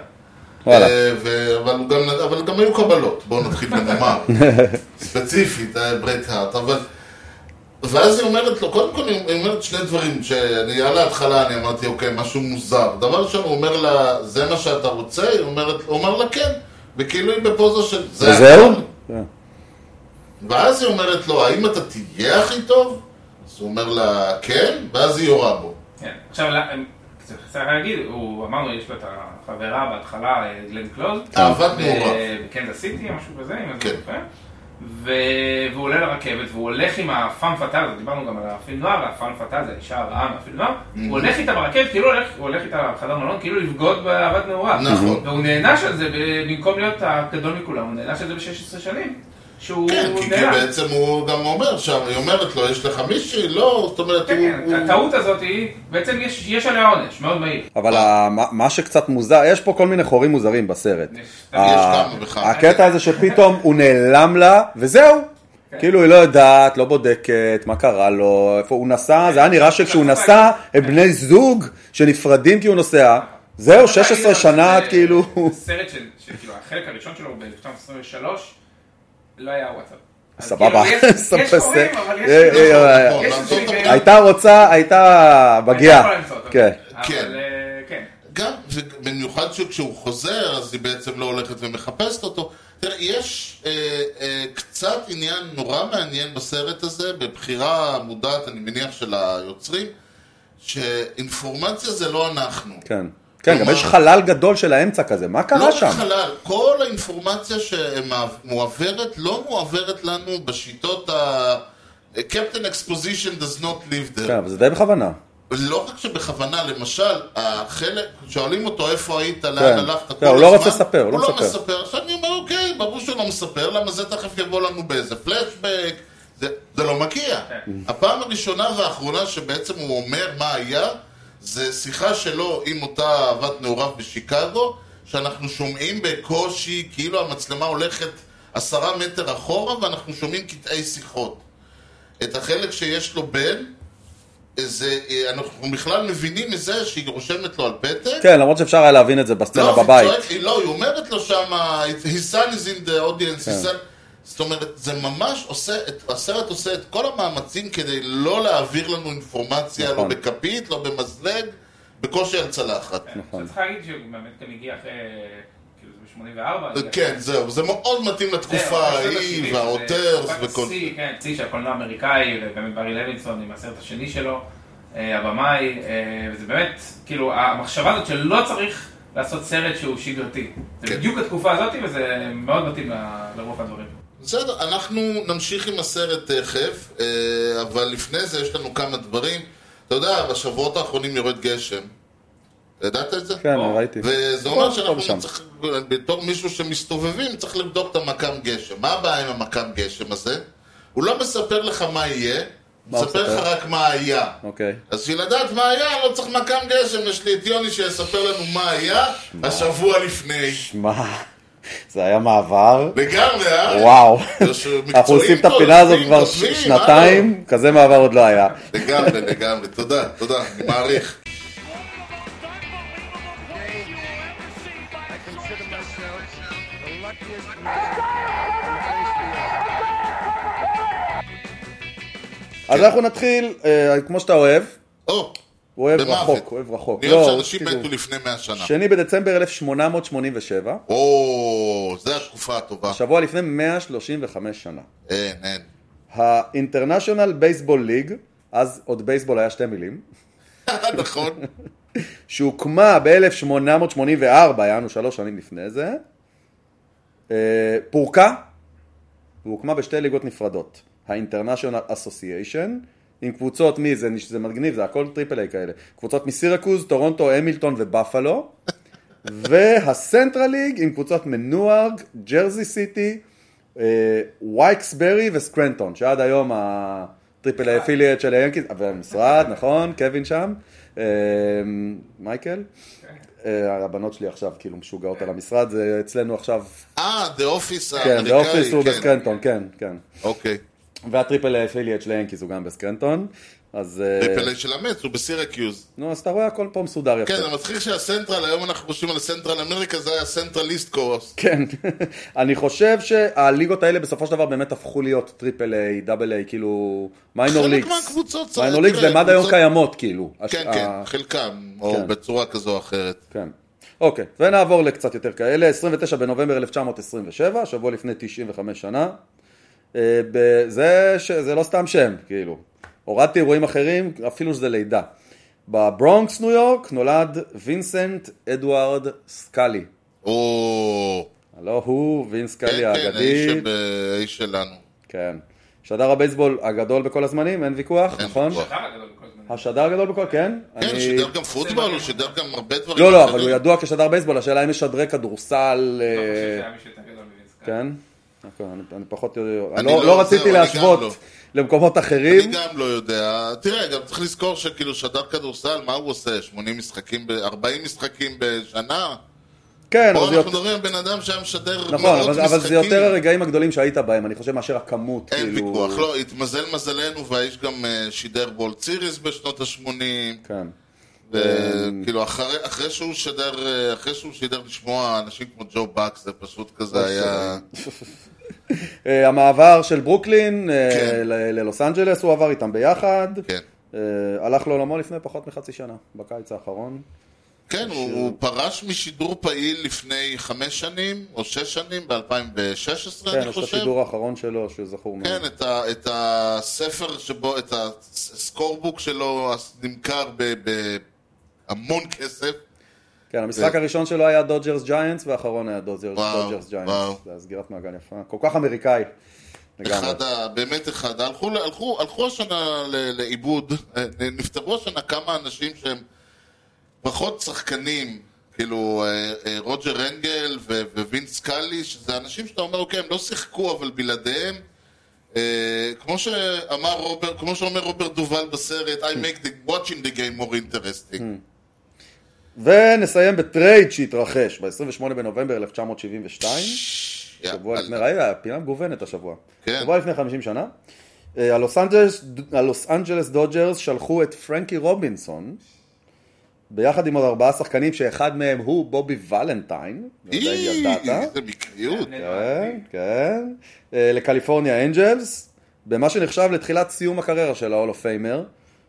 אבל גם היו קבלות, בואו נתחיל ונאמר, ספציפית, ברט הארט, אבל... ואז היא אומרת לו, קודם כל היא אומרת 2 דברים, שאני על ההתחלה אני אמרתי, אוקיי, משהו מוזר. דבר ראשון, הוא אומר לה, זה מה שאתה רוצה? הוא אומר לה, כן. וכאילו היא בפוזה של... וזהו? ואז היא אומרת לו, האם אתה תהיה הכי טוב? אז הוא אומר לה, כן, ואז היא יורה בו. כן, עכשיו, צריך להגיד, אמרנו, יש לו את החברה בהתחלה, גלן קלוז. אהבת מעורב. בקנזס סיטי, משהו כזה, אם אני זוכר. והוא עולה לרכבת, והוא הולך עם הפאן פטאל, דיברנו גם על הפילם נוער, הפאן פטאל זה האישה הרעה מהפילם נוער, הוא הולך איתה ברכבת, כאילו הוא הולך איתה בחדר מלון, כאילו לבגוד באהבת מעורב. נכון. והוא נענש על זה, במקום להיות הגדול מכולם, הוא נענש על זה ב-16 שנים. כן, כי בעצם הוא גם אומר שם, היא אומרת לו, יש לך מישהי? לא, זאת אומרת, כן, הטעות הזאת היא, בעצם יש עליה עונש, מאוד מהיר. אבל מה שקצת מוזר, יש פה כל מיני חורים מוזרים בסרט. יש כמה וכמה. הקטע הזה שפתאום הוא נעלם לה, וזהו. כאילו היא לא יודעת, לא בודקת, מה קרה לו, איפה הוא נסע, זה היה נראה שכשהוא נסע, הם בני זוג שנפרדים כי הוא נוסע. זהו, 16 שנה, כאילו... סרט שכאילו, החלק הראשון שלו ב-1923, לא היה וואטסאפ. סבבה, יש חורים, אבל יש... הייתה בגיעה. כן. גם, במיוחד כשהוא חוזר, אז היא בעצם לא הולכת ומחפשת אותו. תראה, יש קצת עניין נורא מעניין בסרט הזה, בבחירה מודעת, אני מניח, של היוצרים, שאינפורמציה זה לא אנחנו. כן. כן, גם יש חלל גדול של האמצע כזה, מה קרה לא שם? רק חלל, כל האינפורמציה שמועברת לא מועברת לנו בשיטות Captain Exposition does not live there. כן, אבל זה די בכוונה. לא רק שבכוונה, למשל, החלק, שואלים אותו איפה היית, לאן הלכת כל הזמן. הוא לא רוצה לספר, הוא לא מספר. עכשיו אני אומר, אוקיי, ברור שהוא לא מספר, למה זה תכף יבוא לנו באיזה פלשבק, זה לא מגיע. הפעם הראשונה והאחרונה שבעצם הוא אומר מה היה, זה שיחה שלו עם אותה אהבת נעוריו בשיקגו, שאנחנו שומעים בקושי, כאילו המצלמה הולכת 10 מטר אחורה, ואנחנו שומעים קטעי שיחות. את החלק שיש לו בן, אנחנו בכלל מבינים מזה שהיא רושמת לו על פתק. כן, למרות שאפשר היה להבין את זה בסצנה בבית. לא, היא אומרת לו שם, his son is in the audience, זאת אומרת, זה ממש הסרט עושה את כל המאמצים כדי לא להעביר לנו אינפורמציה, לא בכפית, לא במזלג, בקושי על צלחת. צריך להגיד שהוא באמת גם הגיע אחרי, כאילו זה ב-84. כן, זהו, זה מאוד מתאים לתקופה ההיא, והאוטרס וכל... כן, צי של הקולנוע האמריקאי, ובאמת ברי לוינסון עם הסרט השני שלו, הבמאי, וזה באמת, כאילו, המחשבה הזאת שלא צריך לעשות סרט שהוא שגרתי. זה בדיוק התקופה הזאת, וזה מאוד מתאים לרוב הדברים. בסדר, אנחנו נמשיך עם הסרט תכף, אבל לפני זה יש לנו כמה דברים. אתה יודע, בשבועות האחרונים יורד גשם. ידעת את זה? כן, ראיתי. וזה אומר שאנחנו צריך, בתור מישהו שמסתובבים, צריך לבדוק את המקם גשם. מה הבעיה עם המקם גשם הזה? הוא לא מספר לך מה יהיה, הוא מספר לך רק מה היה. אוקיי. אז בשביל לדעת מה היה, לא צריך מקם גשם. יש לי את יוני שיספר לנו מה היה השבוע לפני. שמע, זה היה מעבר. לגמרי, וואו. אנחנו עושים את הפינה הזאת כבר שנתיים, כזה מעבר עוד לא היה. לגמרי. תודה, אני מעריך. אז אנחנו נתחיל, כמו שאתה אוהב. הוא אוהב רחוק. נראה שאנשים מתו לפני 100 שנה. 2 בדצמבר 1887. זה התקופה הטובה. השבוע לפני 135 שנה. אין. ה-International Baseball League, אז עוד בייסבול היה 2 מילים. נכון. שהוקמה ב-1884, היה לנו 3 שנים לפני זה. פורקה, והוקמה בשתי ליגות נפרדות. ה-International Association, עם קבוצות זה מגניב, זה הכל טריפל איי כאלה. קבוצות מסירקוז, טורונטו, המילטון ובאפלו. והסנטרל ליג עם קבוצות מנוארק, ג'רזי סיטי, וייקסברי וסקרנטון, שעד היום הטריפל איי אפיליאט של היאנקיז, המשרד, נכון, קווין שם, מייקל. הבנות שלי עכשיו כאילו משוגעות על המשרד, זה אצלנו עכשיו... The Office האמריקאי. כן, The Office הוא בסקרנטון, כן. אוקיי. והטריפל איי אפיליאט של היאנקיז הוא גם בסקרנטון. טריפל איי של המץ, הוא בסירקיוז. נו, אז אתה רואה הכל פה מסודר יפה. כן, זה מצחיק שהסנטרל, היום אנחנו חושבים על הסנטרל אמריקה, זה היה סנטרל איסט קורס. כן, אני חושב שהליגות האלה בסופו של דבר באמת הפכו להיות טריפל איי, דאבל איי, כאילו מיינור ליגס. חלק מהקבוצות. מיינור ליגס זה עד היום קיימות, כאילו. כן, חלקם, או בצורה כזו או אחרת. כן. אוקיי, ונעבור לקצת יותר כאלה. 29 בנובמבר 1927, שבוע לפני 95 שנה. זה לא סתם שם, כאילו. הורדתי אירועים אחרים, אפילו שזה לידה. בברונקס, ניו יורק, נולד וינסנט אדוארד סקאלי. הלא הוא, וינס סקאלי האגדי. כן, האיש שלנו. כן. שדר הבייסבול הגדול בכל הזמנים, אין ויכוח, נכון? השדר הגדול בכל, כן? כן, שידר גם פוטבול, הוא שידר גם הרבה דברים. לא, אבל הוא ידוע כשדר בייסבול, השאלה אם יש שדרי כדורסל. לא חושב שהיה מישהו יותר גדול מווינס סקאלי. כן? אני פחות יודע. לא רציתי להשוות למקומות אחרים. אני גם לא יודע. תראה, גם צריך לזכור שכאילו שדר כדורסל, מה הוא עושה? 80 משחקים, 40 משחקים בשנה? כן, פה אנחנו מדברים על בן אדם שהיה משדר מאות משחקים. נכון, אבל זה יותר הרגעים הגדולים שהיית בהם, אני חושב מאשר הכמות. אין ויכוח, לא, התמזל מזלנו, והאיש גם שידר וולד סיריס בשנות ה-80. כן. וכאילו, אחרי שהוא שידר לשמוע אנשים כמו ג'ו בקס, זה פשוט כזה היה... המעבר של ברוקלין ללוס אנג'לס, הוא עבר איתם ביחד. כן. הלך לעולמו לפני פחות מחצי שנה, בקיץ האחרון. כן, הוא פרש משידור פעיל לפני 5 שנים, או 6 שנים, ב-2016, אני חושב. כן, יש את השידור האחרון שלו, שזכור מאוד. כן, את הספר שבו, את הסקורבוק שלו נמכר בהמון כסף. כן, המשחק הראשון שלו היה דודג'רס ג'יינטס, והאחרון היה דודג'רס ג'יינטס. זה היה סגירת מעגל יפה. כל כך אמריקאי. באמת אחד. הלכו השנה לאיבוד, נפטרו השנה כמה אנשים שהם פחות שחקנים, כאילו רוג'ר רנגל ווינס קאלי, שזה אנשים שאתה אומר, אוקיי, הם לא שיחקו, אבל בלעדיהם, כמו שאומר רוברט דובל בסרט, I make watching the game more interesting. ונסיים בטרייד שהתרחש ב-28 בנובמבר 1972. שבוע לפני, ראי, הפינה מגוונת השבוע. שבוע לפני 50 שנה. הלוס אנג'לס דודג'רס שלחו את פרנקי רובינסון, ביחד עם עוד 4 שחקנים שאחד מהם הוא בובי ולנטיין. איזה מקריות. כן, כן. לקליפורניה אנג'לס, במה שנחשב לתחילת סיום הקריירה של ההול אוף פיימר,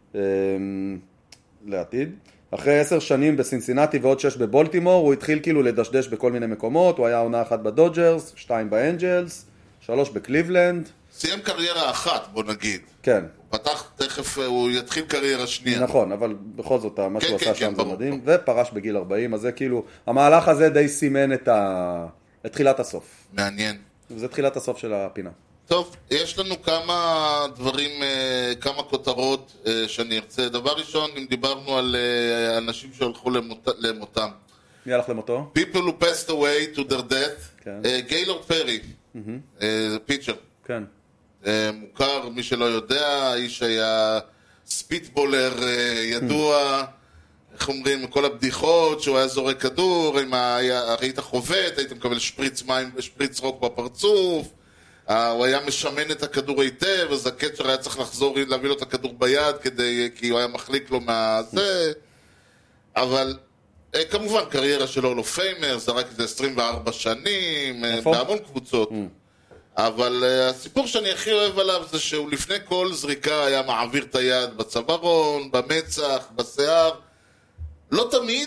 לעתיד. אחרי 10 שנים בסינסינטי ועוד 6 בבולטימור, הוא התחיל כאילו לדשדש בכל מיני מקומות, הוא היה עונה 1 בדודג'רס, 2 באנג'לס, 3 בקליבלנד. סיים קריירה 1, בוא נגיד. כן. הוא פתח, תכף הוא יתחיל קריירה שנייה. נכון, אבל בכל זאת, מה שהוא עשה שם זה מדהים, ופרש בגיל 40, אז זה כאילו, המהלך הזה די סימן את תחילת הסוף. מעניין. וזה תחילת הסוף של הפינה. טוב, יש לנו כמה דברים, כמה כותרות שאני ארצה. דבר ראשון, אם דיברנו על אנשים שהלכו למותם. מי הלך למותו? People who passed away to their death. גיילורד פרי, פיצ'ר. כן. מוכר, מי שלא יודע, האיש היה ספיטבולר ידוע, איך אומרים, כל הבדיחות, שהוא היה זורק כדור, אם היית חובט, היית מקבל שפריץ מים, שפריץ רוק בפרצוף. הוא היה משמן את הכדור היטב, אז הקצ'ר היה צריך לחזור להביא לו את הכדור ביד, כי הוא היה מחליק לו מהזה. אבל כמובן, קריירה של הול אוף פיימר, זה רק 24 שנים, בהמון קבוצות. אבל הסיפור שאני הכי אוהב עליו זה שהוא לפני כל זריקה היה מעביר את היד בצווארון, במצח, בשיער. לא תמיד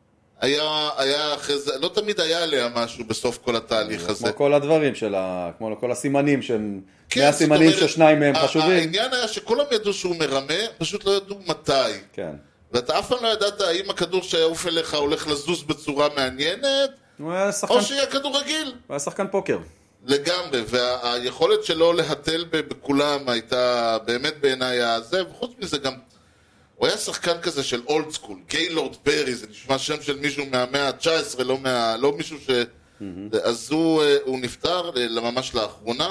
לא תמיד היה עליה משהו בסוף כל התהליך הזה. כמו כל הדברים שלה, כמו כל הסימנים שהם, מהסימנים ששניים מהם חשובים. העניין היה שכולם ידעו שהוא מרמה, פשוט לא ידעו מתי. כן. ואתה אף פעם לא ידעת האם הכדור שיעוף אליך הולך לזוז בצורה מעניינת, או שיהיה כדור רגיל. הוא היה שחקן פוקר. לגמרי, והיכולת שלו להטל בכולם הייתה באמת בעיניי הזה, וחוץ מזה גם, הוא היה שחקן כזה של אולד סקול, גיילורד פרי, זה נשמע שם של מישהו מהמאה ה-19, לא מישהו ש... אז הוא נפטר ממש לאחרונה.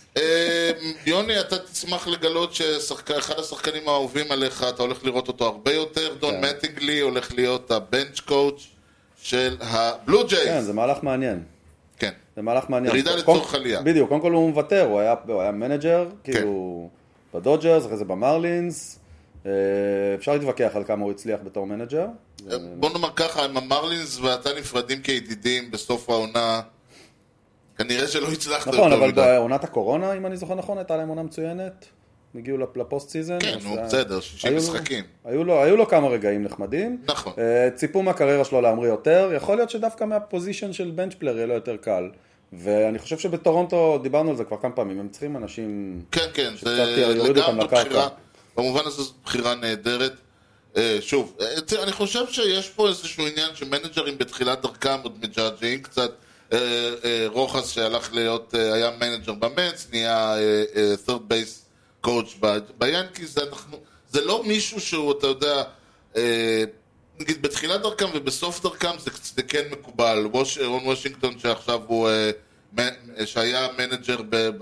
יוני, אתה תשמח לגלות שאחד השחקנים האהובים עליך, אתה הולך לראות אותו הרבה יותר, דון מטינגלי הולך להיות הבנץ' קואוץ' של הבלו ג'ייז. כן, זה מהלך מעניין. כן. זה מהלך מעניין. ירידה לצורך עלייה. בדיוק, קודם כל הוא מוותר, הוא היה מנג'ר, כאילו בדודג'רס, אחרי זה במרלינס. אפשר להתווכח על כמה הוא הצליח בתור מנג'ר. בוא נאמר ככה, אם המרלינס ואתה נפרדים כידידים בסוף העונה, כנראה שלא הצלחת נכון, אבל בעונת הקורונה, אם אני זוכר נכון, הייתה להם עונה מצוינת. הגיעו לפוסט סיזן. כן, נו, בסדר, 60 משחקים. היו לו כמה רגעים נחמדים. נכון. ציפו מהקריירה שלו להמריא יותר. יכול להיות שדווקא מהפוזישן של בנץ' פלייר יהיה לו יותר קל. ואני חושב שבטורונטו, דיברנו על זה כבר כמה פעמים, הם צריכים אנשים שקצת יורידו אותם לקרקע. במובן הזה זו בחירה נהדרת. שוב, אני חושב שיש פה איזשהו עניין שמנג'רים בתחילת דרכם עוד מג'אג'ים קצת. רוחס שהלך להיות, היה מנג'ר במץ, נהיה third base coach ביאנקיז. זה לא מישהו שהוא, אתה יודע, נגיד בתחילת דרכם ובסוף דרכם זה כן מקובל. רון וושינגטון שעכשיו הוא, שהיה מנג'ר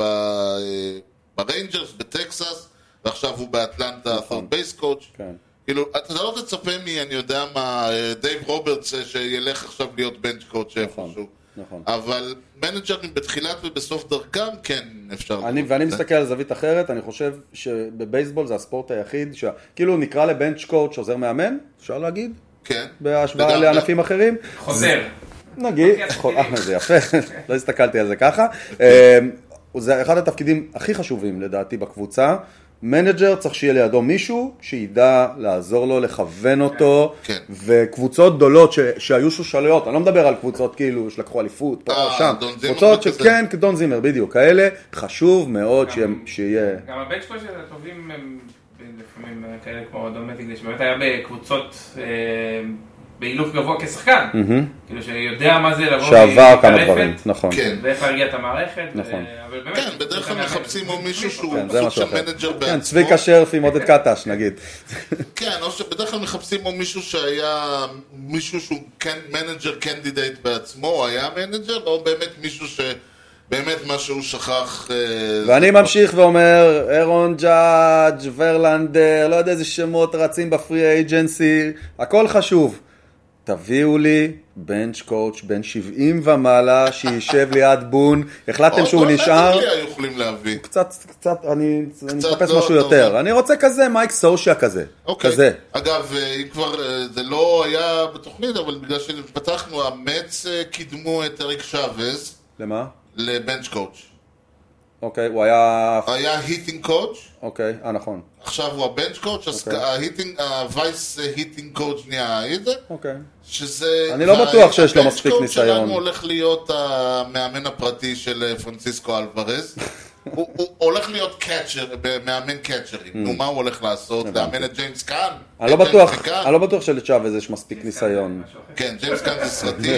בריינג'רס, בטקסס, ועכשיו הוא באטלנטה, third base coach. כאילו, אתה לא תצפה אני יודע מה, דייב רוברטס שילך עכשיו להיות בנץ' קואץ' איפשהו. נכון. אבל מנג'רים בתחילת ובסוף דרכם כן אפשר. ואני מסתכל על זווית אחרת, אני חושב שבבייסבול זה הספורט היחיד, כאילו נקרא לבנץ' קואץ' עוזר מאמן, אפשר להגיד? כן. בהשוואה לענפים אחרים. חוזר. נגיד, זה יפה, לא הסתכלתי על זה ככה. זה אחד התפקידים הכי חשובים לדעתי בקבוצה. מנג'ר צריך שיהיה לידו מישהו שידע לעזור לו, לכוון אותו, וקבוצות גדולות שהיו שושליות, אני לא מדבר על קבוצות כאילו שלקחו אליפות, פה שם, קבוצות שכן, דון זימר, בדיוק, כאלה, חשוב מאוד שיהיה... גם הבנץ' קואץ' הטובים הם לפעמים כאלה כמו דון מטינגלי, שבאמת היה בקבוצות בהילוך גבוה כשחקן. כאילו שיודע מה זה לבוא שעבר כמה דברים, נכון. ואיך להרגיע את המערכת. כן, בדרך כלל מחפשים או מישהו שהוא סוג של מנג'ר בעצמו. כן, צביקה שרף עם עודד קטש, נגיד. כן, או שבדרך כלל מחפשים או מישהו שהיה, מישהו שהוא מנג'ר קנדידייט בעצמו, או היה מנג'ר, או באמת מישהו באמת מה שהוא שכח. ואני ממשיך ואומר, אירון ג'אדג', ורלנדר, לא יודע איזה שמות רצים בפרי אייג'נסי, הכל חשוב. תביאו לי בנץ' קואוץ' בן 70 ומעלה, שישב ליד בון, החלטתם שהוא נשאר. עוד לא יכולים להביא. קצת, אני מחפש משהו יותר. אני רוצה כזה, מייק סושיה כזה. כזה. אגב, אם כבר זה לא היה בתוכנית, אבל בגלל שפתחנו, המץ קידמו את אריק שווז. למה? לבנץ' קואוץ'. אוקיי, הוא היה... היה היטינג קואוץ'. אוקיי, נכון. עכשיו הוא הבנץ' קואוץ', אז הווייס היטינג קואוץ' נהיה העיד. אוקיי. שזה... אני לא בטוח שיש לו מספיק ניסיון. הבנץ' קואוץ' שלנו הולך להיות המאמן הפרטי של פרנסיסקו אלוורז. הוא הולך להיות קאצ'ר, מאמן קאצ'רים. נו, מה הוא הולך לעשות? לאמן את ג'יימס קאן? אני לא בטוח שלצ'אבז יש מספיק ניסיון. כן, ג'יימס קאן זה סרטים.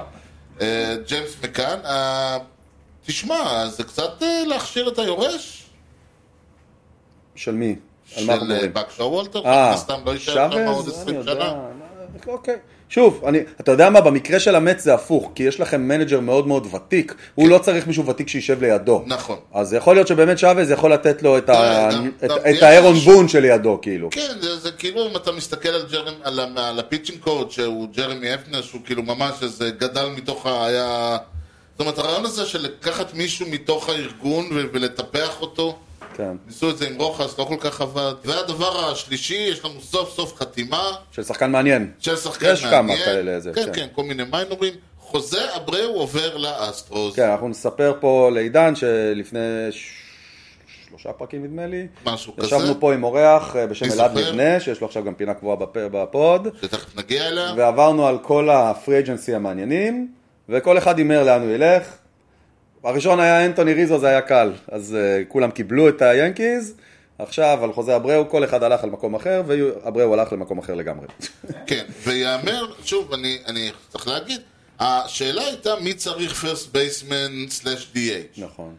ג'יימס מקאן, תשמע, זה קצת להכשיר את היורש? של מי? של בקשו וולטר? סתם לא יישאר שם עוד 20 שנה. אוקיי. שוב, אתה יודע מה, במקרה של המץ זה הפוך, כי יש לכם מנג'ר מאוד מאוד ותיק, הוא לא צריך מישהו ותיק שישב לידו. נכון. אז יכול להיות שבאמת שווז יכול לתת לו את האירון בון שלידו, כאילו. כן, זה כאילו אם אתה מסתכל על הפיצ'ינג קוד, שהוא ג'רמי אפנר, שהוא כאילו ממש איזה גדל מתוך זאת אומרת, הרעיון הזה של לקחת מישהו מתוך הארגון ולטפח אותו, כן. ניסו את זה עם רוחס, לא כל כך עבד. והדבר השלישי, יש לנו סוף סוף חתימה. של שחקן מעניין. של שחקן מעניין. יש כמה כאלה. כן, כל מיני מיינורים. חוזה אברהו עובר לאסטרוס. כן, אנחנו נספר פה לעידן שלפני 3 פרקים נדמה לי. משהו כזה. ישבנו פה עם אורח בשם אלעד מבנה, שיש לו עכשיו גם פינה קבועה בפוד. שתכף נגיע אליה. ועברנו על כל הפרי אג'נסי המעניינים, וכל אחד אמר לאן הוא ילך. הראשון היה אנטוני ריזו, זה היה קל, אז כולם קיבלו את היאנקיז, עכשיו על חוזה אברהו, כל אחד הלך על מקום אחר, ואברהו הלך למקום אחר לגמרי. כן, ויאמר, שוב, אני צריך להגיד, השאלה הייתה מי צריך first baseman /DH. נכון.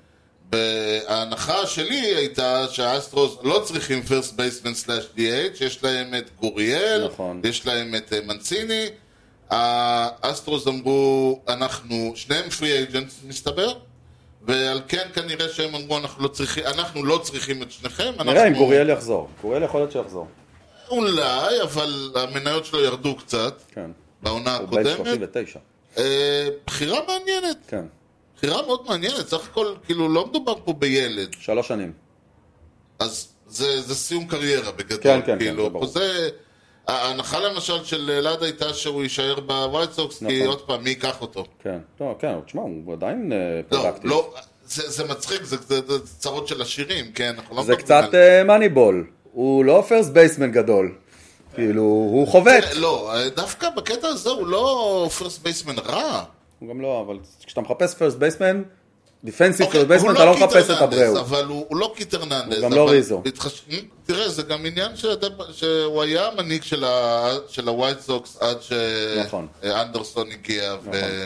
ההנחה שלי הייתה שהאסטרוס לא צריכים first baseman /DH, יש להם את גוריאל, נכון. יש להם את מנציני, האסטרוס אמרו, שניהם free agents מסתבר, ועל כן כנראה שהם אמרו, אנחנו לא צריכים את שניכם. נראה אם גוריאל יחזור. גוריאל יכול להיות שיחזור. אולי, אבל המניות שלו ירדו קצת. כן. בעונה הקודמת. הוא בן 39. בחירה מעניינת. כן. בחירה מאוד מעניינת. סך הכל, כאילו, לא מדובר פה בילד. 3 שנים. אז זה סיום קריירה בגדול. כן, כן, כאילו, כן, ברור. ההנחה למשל של אלעד הייתה שהוא יישאר בווייט סוקס, כי עוד פעם, מי ייקח אותו? כן, כן, תשמע, הוא עדיין פרודקטיב. לא, זה מצחיק, זה צרות של השירים, כן? זה קצת מניבול, הוא לא פרסט בייסמן גדול, כאילו, הוא חובט. לא, דווקא בקטע הזה הוא לא פרסט בייסמן רע. הוא גם לא, אבל כשאתה מחפש פרסט בייסמן, דיפנסיב פרסט בייסמן, אתה לא מחפש את אברהו. אבל הוא לא קיטר ננדס. הוא גם לא ריזו. תראה, זה גם עניין שהוא היה המנהיג של הווייט סוקס עד שאנדרסון הגיע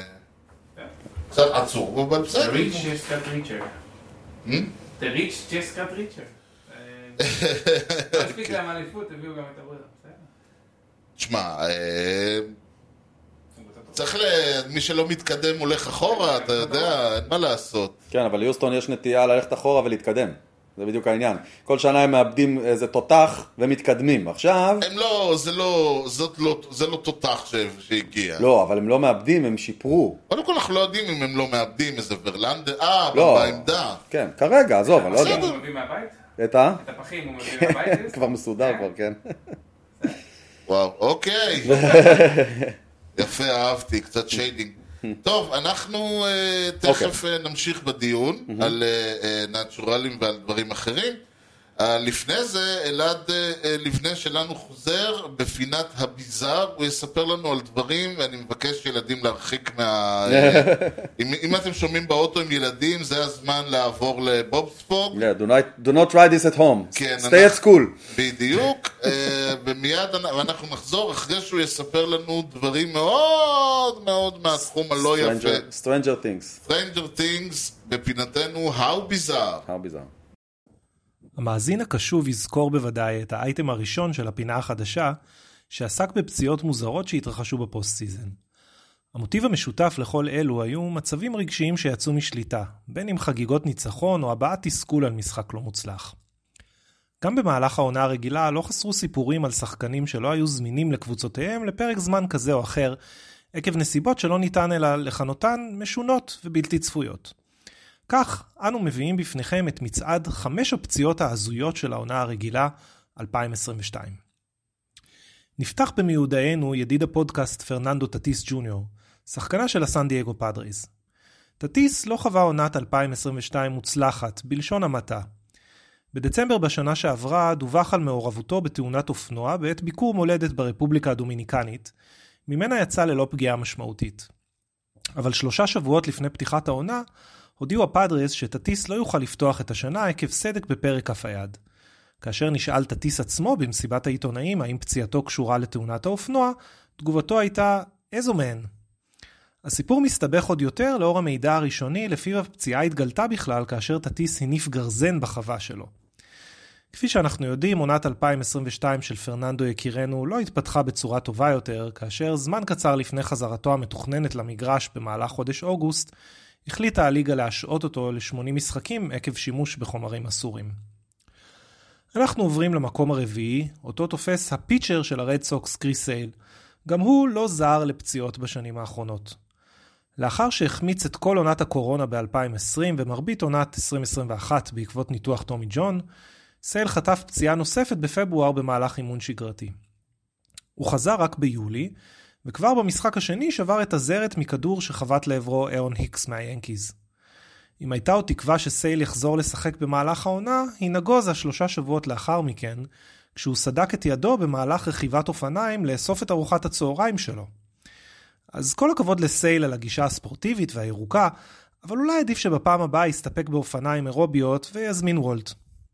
קצת עצור, אבל בסדר. The rich just got richer. The rich just got richer. מספיק להם אליפות, הביאו גם את אברהו. תשמע, צריך מי שלא מתקדם הולך אחורה, אתה יודע, אין מה לעשות. כן, אבל ליוסטון יש נטייה ללכת אחורה ולהתקדם. זה בדיוק העניין. כל שנה הם מאבדים איזה תותח ומתקדמים. עכשיו... זה לא תותח שהגיע. לא, אבל הם לא מאבדים, הם שיפרו. קודם כל אנחנו לא יודעים אם הם לא מאבדים איזה ורלנדר. לא. בעמדה. כן, כרגע, עזוב, אני לא יודע. הוא מביא מהבית? את הפחים הוא מביא מהבית? כבר מסודר כבר, כן. וואו, אוקיי. יפה, אהבתי, קצת שיידינג. טוב, אנחנו תכף נמשיך בדיון על נאצ'ורלים ועל דברים אחרים. לפני זה, אלעד לבנה שלנו חוזר בפינת הביזר, הוא יספר לנו על דברים, ואני מבקש ילדים להרחיק אם אתם שומעים באוטו עם ילדים, זה הזמן לעבור לבובספוג. Do not try this at home. Stay at school. בדיוק, ומיד אנחנו נחזור אחרי שהוא יספר לנו דברים מאוד מאוד מהתחום הלא יפה. Stranger Things. Stranger Things, בפינתנו How Bizarre. How Bizarre. המאזין הקשוב יזכור בוודאי את האייטם הראשון של הפינה החדשה, שעסק בפציעות מוזרות שהתרחשו בפוסט סיזן. המוטיב המשותף לכל אלו היו מצבים רגשיים שיצאו משליטה, בין אם חגיגות ניצחון או הבעת תסכול על משחק לא מוצלח. גם במהלך העונה הרגילה לא חסרו סיפורים על שחקנים שלא היו זמינים לקבוצותיהם לפרק זמן כזה או אחר, עקב נסיבות שלא ניתן אלא לכנותן משונות ובלתי צפויות. כך, אנו מביאים בפניכם את מצעד 5 הפציעות ההזויות של העונה הרגילה 2022. נפתח במיודענו ידיד הפודקאסט פרננדו טטיס ג'וניור, שחקנה של הסן דייגו פאדריז. טטיס לא חווה עונת 2022 מוצלחת, בלשון המעטה. בדצמבר בשנה שעברה דווח על מעורבותו בתאונת אופנוע בעת ביקור מולדת ברפובליקה הדומיניקנית, ממנה יצא ללא פגיעה משמעותית. אבל 3 שבועות לפני פתיחת העונה, הודיעו הפאדריס שטטיס לא יוכל לפתוח את השנה עקב סדק בפרק כף היד. כאשר נשאל טטיס עצמו במסיבת העיתונאים האם פציעתו קשורה לתאונת האופנוע, תגובתו הייתה, איזו מהן? הסיפור מסתבך עוד יותר לאור המידע הראשוני לפיו הפציעה התגלתה בכלל כאשר טטיס הניף גרזן בחווה שלו. כפי שאנחנו יודעים, עונת 2022 של פרננדו יקירנו לא התפתחה בצורה טובה יותר, כאשר זמן קצר לפני חזרתו המתוכננת למגרש במהלך חודש אוגוסט, החליטה הליגה להשעות אותו ל80 משחקים עקב שימוש בחומרים אסורים. אנחנו עוברים למקום הרביעי, אותו תופס הפיצ'ר של הרד סוקס קריס סייל. גם הוא לא זר לפציעות בשנים האחרונות. לאחר שהחמיץ את כל עונת הקורונה ב-2020 ומרבית עונת 2021 בעקבות ניתוח טומי ג'ון, סייל חטף פציעה נוספת בפברואר במהלך אימון שגרתי. הוא חזר רק ביולי, וכבר במשחק השני שבר את הזרת מכדור שחבט לעברו אירון היקס מהיאנקיז. אם הייתה עוד תקווה שסייל יחזור לשחק במהלך העונה, היא נגוזה 3 שבועות לאחר מכן, כשהוא סדק את ידו במהלך רכיבת אופניים לאסוף את ארוחת הצהריים שלו. אז כל הכבוד לסייל על הגישה הספורטיבית והירוקה, אבל אולי עדיף שבפעם הבאה יסתפק באופניים אירוביות ויזמין וולט.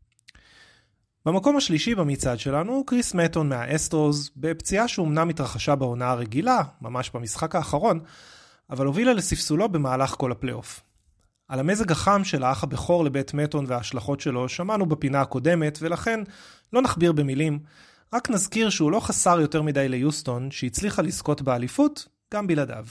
במקום השלישי במצעד שלנו, קריס מטון מהאסטרוס, בפציעה שאומנם התרחשה בעונה הרגילה, ממש במשחק האחרון, אבל הובילה לספסולו במהלך כל הפלייאוף. על המזג החם של האח הבכור לבית מטון וההשלכות שלו שמענו בפינה הקודמת, ולכן לא נכביר במילים, רק נזכיר שהוא לא חסר יותר מדי ליוסטון, שהצליחה לזכות באליפות גם בלעדיו.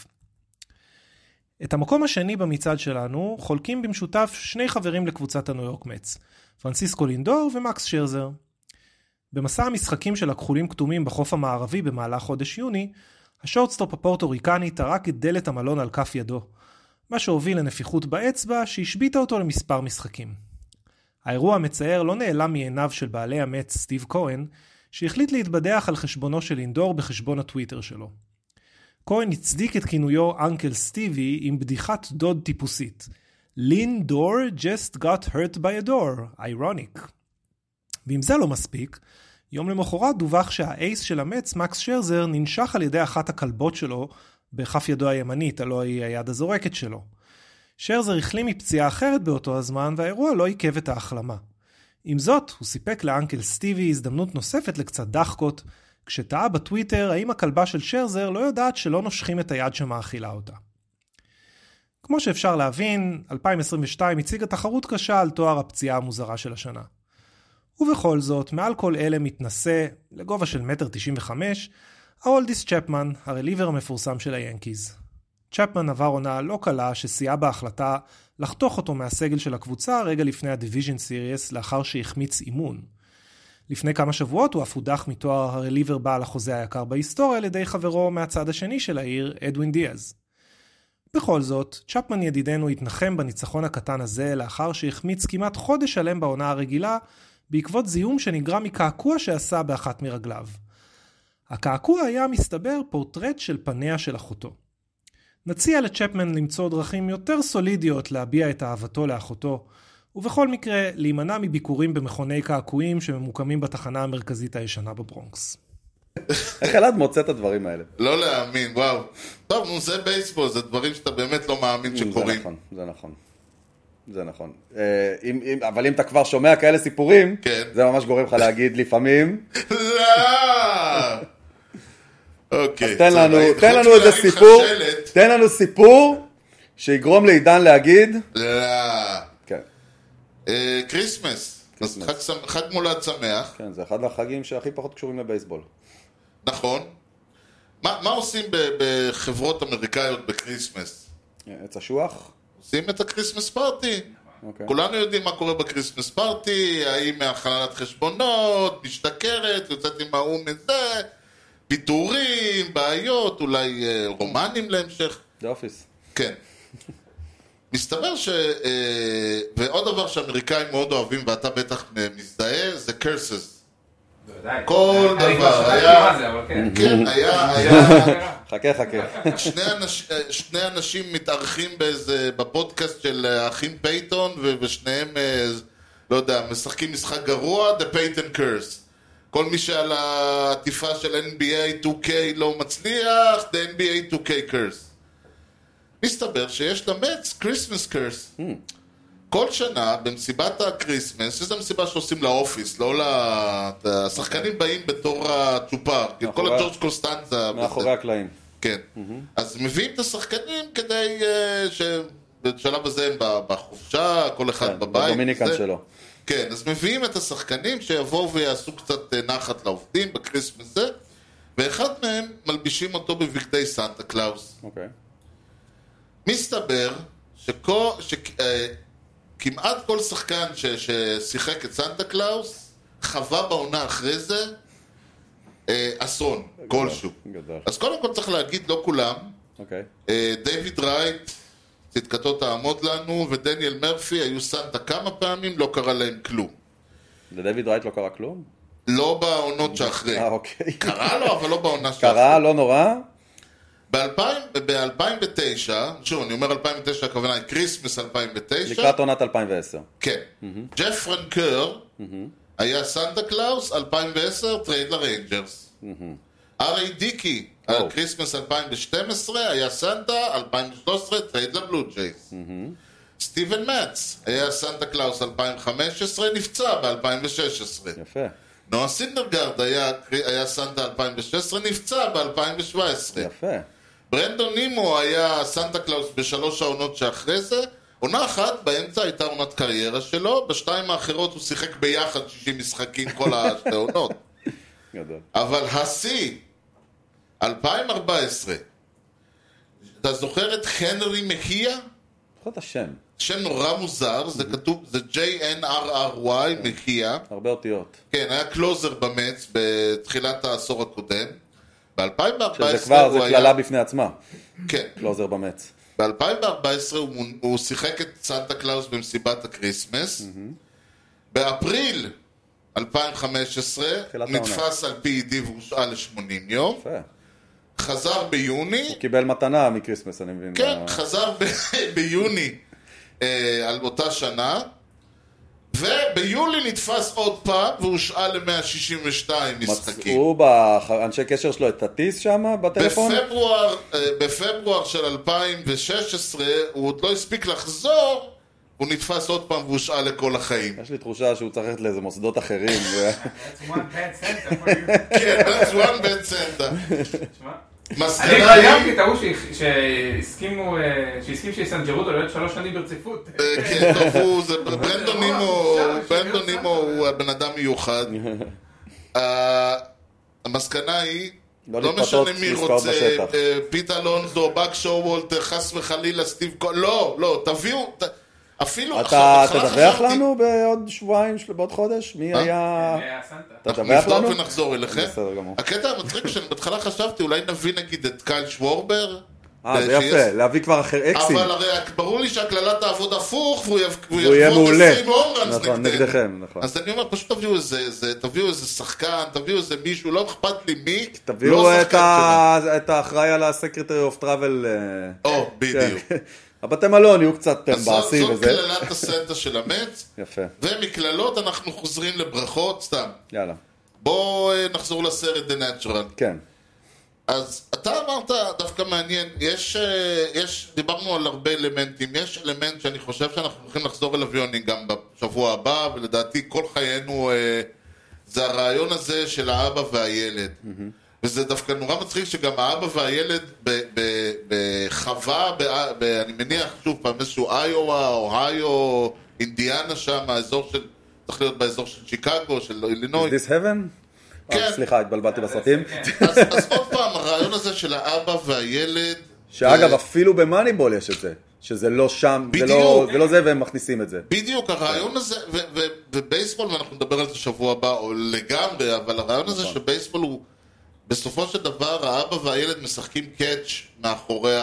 את המקום השני במצעד שלנו חולקים במשותף 2 חברים לקבוצת הניו יורק מצ, פרנסיסקו לינדור ומקס שרזר. במסע המשחקים של הכחולים כתומים בחוף המערבי במהלך חודש יוני, השורטסטופ הפורטוריקני טרק את דלת המלון על כף ידו, מה שהוביל לנפיחות באצבע שהשביטה אותו למספר משחקים. האירוע המצער לא נעלם מעיניו של בעלי המץ סטיב כהן, שהחליט להתבדח על חשבונו של לינדור בחשבון הטוויטר שלו. כהן הצדיק את כינויו אנקל סטיבי עם בדיחת דוד טיפוסית. לינדור just got hurt by a door, ironic. ואם זה לא מספיק, יום למחרת דווח שהאייס של המץ, מקס שרזר, ננשך על ידי אחת הכלבות שלו בכף ידו הימנית, הלוא היא היד הזורקת שלו. שרזר החלים מפציעה אחרת באותו הזמן, והאירוע לא עיכב את ההחלמה. עם זאת, הוא סיפק לאנקל סטיבי הזדמנות נוספת לקצת דחקות, כשטעה בטוויטר האם הכלבה של שרזר לא יודעת שלא נושכים את היד שמאכילה אותה. כמו שאפשר להבין, 2022 הציגה תחרות קשה על תואר הפציעה המוזרה של השנה. ובכל זאת, מעל כל אלה מתנשא, לגובה של 1.95 מטר, האולדיס צ'פמן, הרליבר המפורסם של היאנקיז. צ'פמן עבר עונה לא קלה שסייעה בהחלטה לחתוך אותו מהסגל של הקבוצה רגע לפני הדיוויז'ן סיריוס לאחר שהחמיץ אימון. לפני כמה שבועות הוא אף הודח מתואר הרליבר בעל החוזה היקר בהיסטוריה על ידי חברו מהצד השני של העיר, אדווין דיאז. בכל זאת, צ'פמן ידידנו התנחם בניצחון הקטן הזה לאחר שהחמיץ כמעט חודש שלם בעונה הרגילה בעקבות זיהום שנגרם מקעקוע שעשה באחת מרגליו. הקעקוע היה מסתבר פורטרט של פניה של אחותו. נציע לצ'פמן למצוא דרכים יותר סולידיות להביע את אהבתו לאחותו, ובכל מקרה, להימנע מביקורים במכוני קעקועים שממוקמים בתחנה המרכזית הישנה בברונקס. איך אלעד מוצא את הדברים האלה? לא להאמין, וואו. טוב, נו, זה בייסבול, זה דברים שאתה באמת לא מאמין שקורים. זה נכון. אבל אם אתה כבר שומע כאלה סיפורים, זה ממש גורם לך להגיד לפעמים. לא! אוקיי. תן לנו איזה סיפור, תן לנו סיפור שיגרום לעידן להגיד. לא. כן. קריסמס. חג מולד שמח. כן, זה אחד החגים שהכי פחות קשורים לבייסבול. נכון. מה עושים בחברות אמריקאיות בקריסמס? עץ אשוח? עושים את הקריסמס פארטי. כולנו יודעים מה קורה בקריסמס פארטי, האם מהחללת חשבונות, משתכרת, יוצאת עם האום מזה, פיתורים, בעיות, אולי רומנים להמשך. זה אופיס. כן. מסתבר ועוד דבר שאמריקאים מאוד אוהבים, ואתה בטח מזדהה, זה curses. כל דבר היה חכה שני אנשים מתארחים בפודקאסט של האחים פייטון ושניהם לא יודע משחקים משחק גרוע, The Peyton Curse. כל מי שעל העטיפה של NBA 2K לא מצליח, The NBA 2K Curse. מסתבר שיש למץ Christmas Curse. כל שנה במסיבת הקריסמס, שזו מסיבה שעושים לאופיס, לא השחקנים באים בתור הצ'ופר, כל הג'ורג' קוסטנזה. מאחורי הקלעים. כן. אז מביאים את השחקנים כדי שבשלב הזה הם בחופשה, כל אחד בבית. בדומיניקן שלו. כן, אז מביאים את השחקנים שיבואו ויעשו קצת נחת לעובדים בקריסמס זה, ואחד מהם מלבישים אותו בבגדי סנטה קלאוס. אוקיי. מסתבר כמעט כל שחקן ששיחק את סנטה קלאוס חווה בעונה אחרי זה אסון כלשהו. אז קודם כל צריך להגיד, לא כולם. דיוויד רייט, צדקתו תעמוד לנו, ודניאל מרפי היו סנטה כמה פעמים, לא קרה להם כלום. לדיוויד רייט לא קרה כלום? לא בעונות שאחרי. אוקיי. קרה לו, אבל לא בעונה שאחרי. קרה, לא נורא? ב-2009, שוב, אני אומר 2009, הכוונה היא קריסמס 2009. לקראת עונת 2010. כן. ג'ף פרנקר היה סנטה קלאוס, 2010, טרייד לריינג'רס. ארי דיקי, על קריסמס 2012, היה סנטה, 2013, טרייד לבלו ג'ייס. סטיבן מאץ היה סנטה קלאוס 2015, נפצע ב-2016. יפה. נועה סינדרגרד היה סנטה 2016, נפצע ב-2017. יפה. ברנדון נימו היה סנטה קלאוס בשלוש העונות שאחרי זה. עונה אחת באמצע הייתה עונת קריירה שלו, בשתיים האחרות הוא שיחק ביחד 60 משחקים כל השתי עונות. אבל השיא 2014, אתה זוכר את הנרי מחיה? זוכר את השם. שם נורא מוזר, זה כתוב, זה JNRRY מחיה. הרבה אותיות. כן, היה קלוזר במץ בתחילת העשור הקודם. ב-2014 שזה כבר, זה כללה בפני עצמה. כן. קלוזר במץ. ב-2014 הוא שיחק את סנטה קלאוס במסיבת הקריסמס. באפריל 2015 נתפס על PED והושעה ל-80 יום. חזר ביוני. הוא קיבל מתנה מקריסמס, אני מבין. כן, חזר ביוני על אותה שנה. וביולי נתפס עוד פעם והושעה ל-162 משחקים. מצאו באנשי קשר שלו את הטיס שם בטלפון? בפברואר של 2016 הוא עוד לא הספיק לחזור, הוא נתפס עוד פעם והושעה לכל החיים. יש לי תחושה שהוא צריך ללכת לאיזה מוסדות אחרים. That's one bad Santa for you. כן, that's one bad Santa. אני ראיתי את ההוא שהסכים שיסנג'רו אותו להיות 3 שנים ברציפות. כן, טוב, ברנדון נימו הוא הבן אדם מיוחד. המסקנה היא, לא משנה מי רוצה, פיט אלונזו, בק שואוולטר, חס וחלילה, סטיב קול, לא, תביאו, אפילו אתה תדווח לנו בעוד שבועיים, בעוד חודש? מי היה... אתה תדווח לנו? נבדוק ונחזור אליכם. הקטע המצחיק שבהתחלה חשבתי, אולי נביא נגיד את קייל שוורבר. זה יפה, להביא כבר אחר אקסים. אבל הרי ברור לי שהכללה תעבוד הפוך, והוא יהיה מעולה. 20 הומרנס נגדכם, נכון. אז אני אומר, פשוט תביאו איזה שחקן, תביאו איזה מישהו, לא אכפת לי מי, תביאו את האחראי על הסקרטרי אוף טראבל. בדיוק. הבתי מלון יהיו קצת מבאסים זאת וזה. כללת הסנטה של המץ, יפה, ומכללות אנחנו חוזרים לברכות, סתם. יאללה. בואו נחזור לסרט The Natural. כן. אז אתה אמרת דווקא מעניין, דיברנו על הרבה אלמנטים, יש אלמנט שאני חושב שאנחנו הולכים לחזור אליו יוני גם בשבוע הבא, ולדעתי כל חיינו זה הרעיון הזה של האבא והילד. וזה דווקא נורא מצחיק שגם האבא והילד בחווה, אני מניח שוב פעם איזשהו איואה, אוהיו, אינדיאנה שם, האזור של, צריך להיות באזור של שיקגו, של אילינוי. Is this heaven? כן. סליחה, התבלבלתי בסרטים. אז עוד פעם, הרעיון הזה של האבא והילד... שאגב, אפילו במאניבול יש את זה. שזה לא שם, זה לא זה, והם מכניסים את זה. בדיוק, הרעיון הזה, ובייסבול, ואנחנו נדבר על זה שבוע הבא, או לגמרי, אבל הרעיון הזה שבייסבול הוא, בסופו של דבר, האבא והילד משחקים קאץ' מאחורי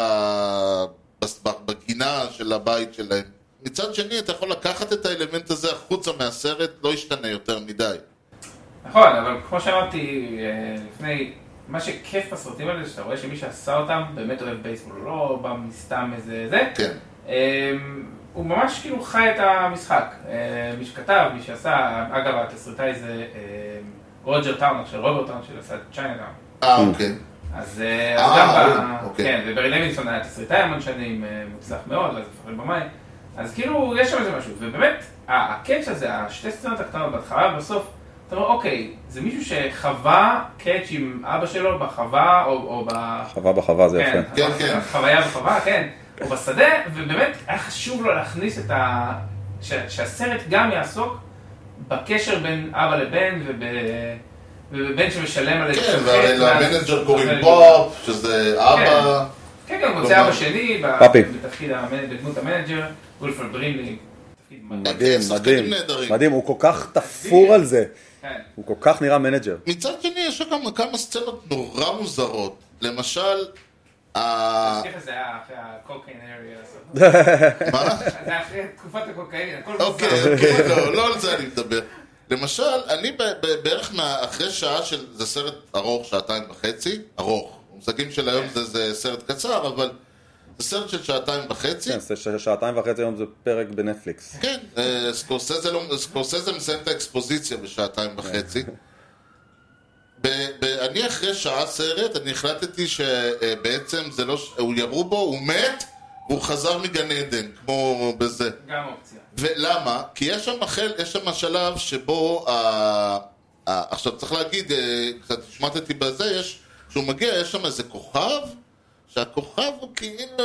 בגינה של הבית שלהם. מצד שני, אתה יכול לקחת את האלמנט הזה החוצה מהסרט, לא ישתנה יותר מדי. נכון, אבל כמו שאמרתי לפני, מה שכיף בסרטים האלה, שאתה רואה שמי שעשה אותם באמת אוהב בייסבול, הוא לא בא מסתם איזה זה. כן. הוא ממש כאילו חי את המשחק. מי שכתב, מי שעשה, אגב, התסריטאי זה רוג'ר טאונר, של רוברט טאונר, של עשה צ'יינאטאון. אוקיי. אז גם אוקיי. כן, וברי לוינסון היה תסריטאי המון שנים, מוצלח מאוד, ואז לפעמים במים. אז כאילו, יש שם איזה משהו, ובאמת, הקאץ' הזה, השתי סצנות הקטנות בהתחלה ובסוף, אתה אומר, אוקיי, זה מישהו שחווה קאץ' עם אבא שלו בחווה, או בחווה זה יפה. כן, כן. חוויה בחווה, כן. או בשדה, ובאמת היה חשוב לו להכניס את שהסרט גם יעסוק בקשר בין אבא לבן, ובן שמשלם על איזה כן, והמנג'ר קוראים בוב, שזה אבא. כן, גם מוצא אבא שני, בתפקיד בדמות המנג'ר, וולפרד ברימלי. מדהים, הוא כל כך תפור על זה. הוא כל כך נראה מנג'ר. מצד שני, יש גם כמה סצנות נורא מוזרות. למשל, סליחה, זה היה אחרי הקוקיין אריה. מה? זה היה אחרי תקופת הקוקיין, הכל מוזר. אוקיי, לא על זה אני מדבר. למשל, אני בערך אחרי שעה של, זה סרט ארוך, 2.5, ארוך. המושגים של היום זה סרט קצר, אבל זה סרט של 2.5. כן, 2.5 היום זה פרק בנטפליקס. כן, סקורסזה מסיים את האקספוזיציה ב2.5. אני אחרי שעה סרט, אני החלטתי שבעצם זה לא, הוא ירו בו, הוא מת, והוא חזר מגן עדן, כמו בזה. גם אופציה. ולמה? כי יש שם שלב שבו, עכשיו צריך להגיד, קצת שמעתי בזה, כשהוא מגיע, יש שם איזה כוכב, שהכוכב הוא כאילו...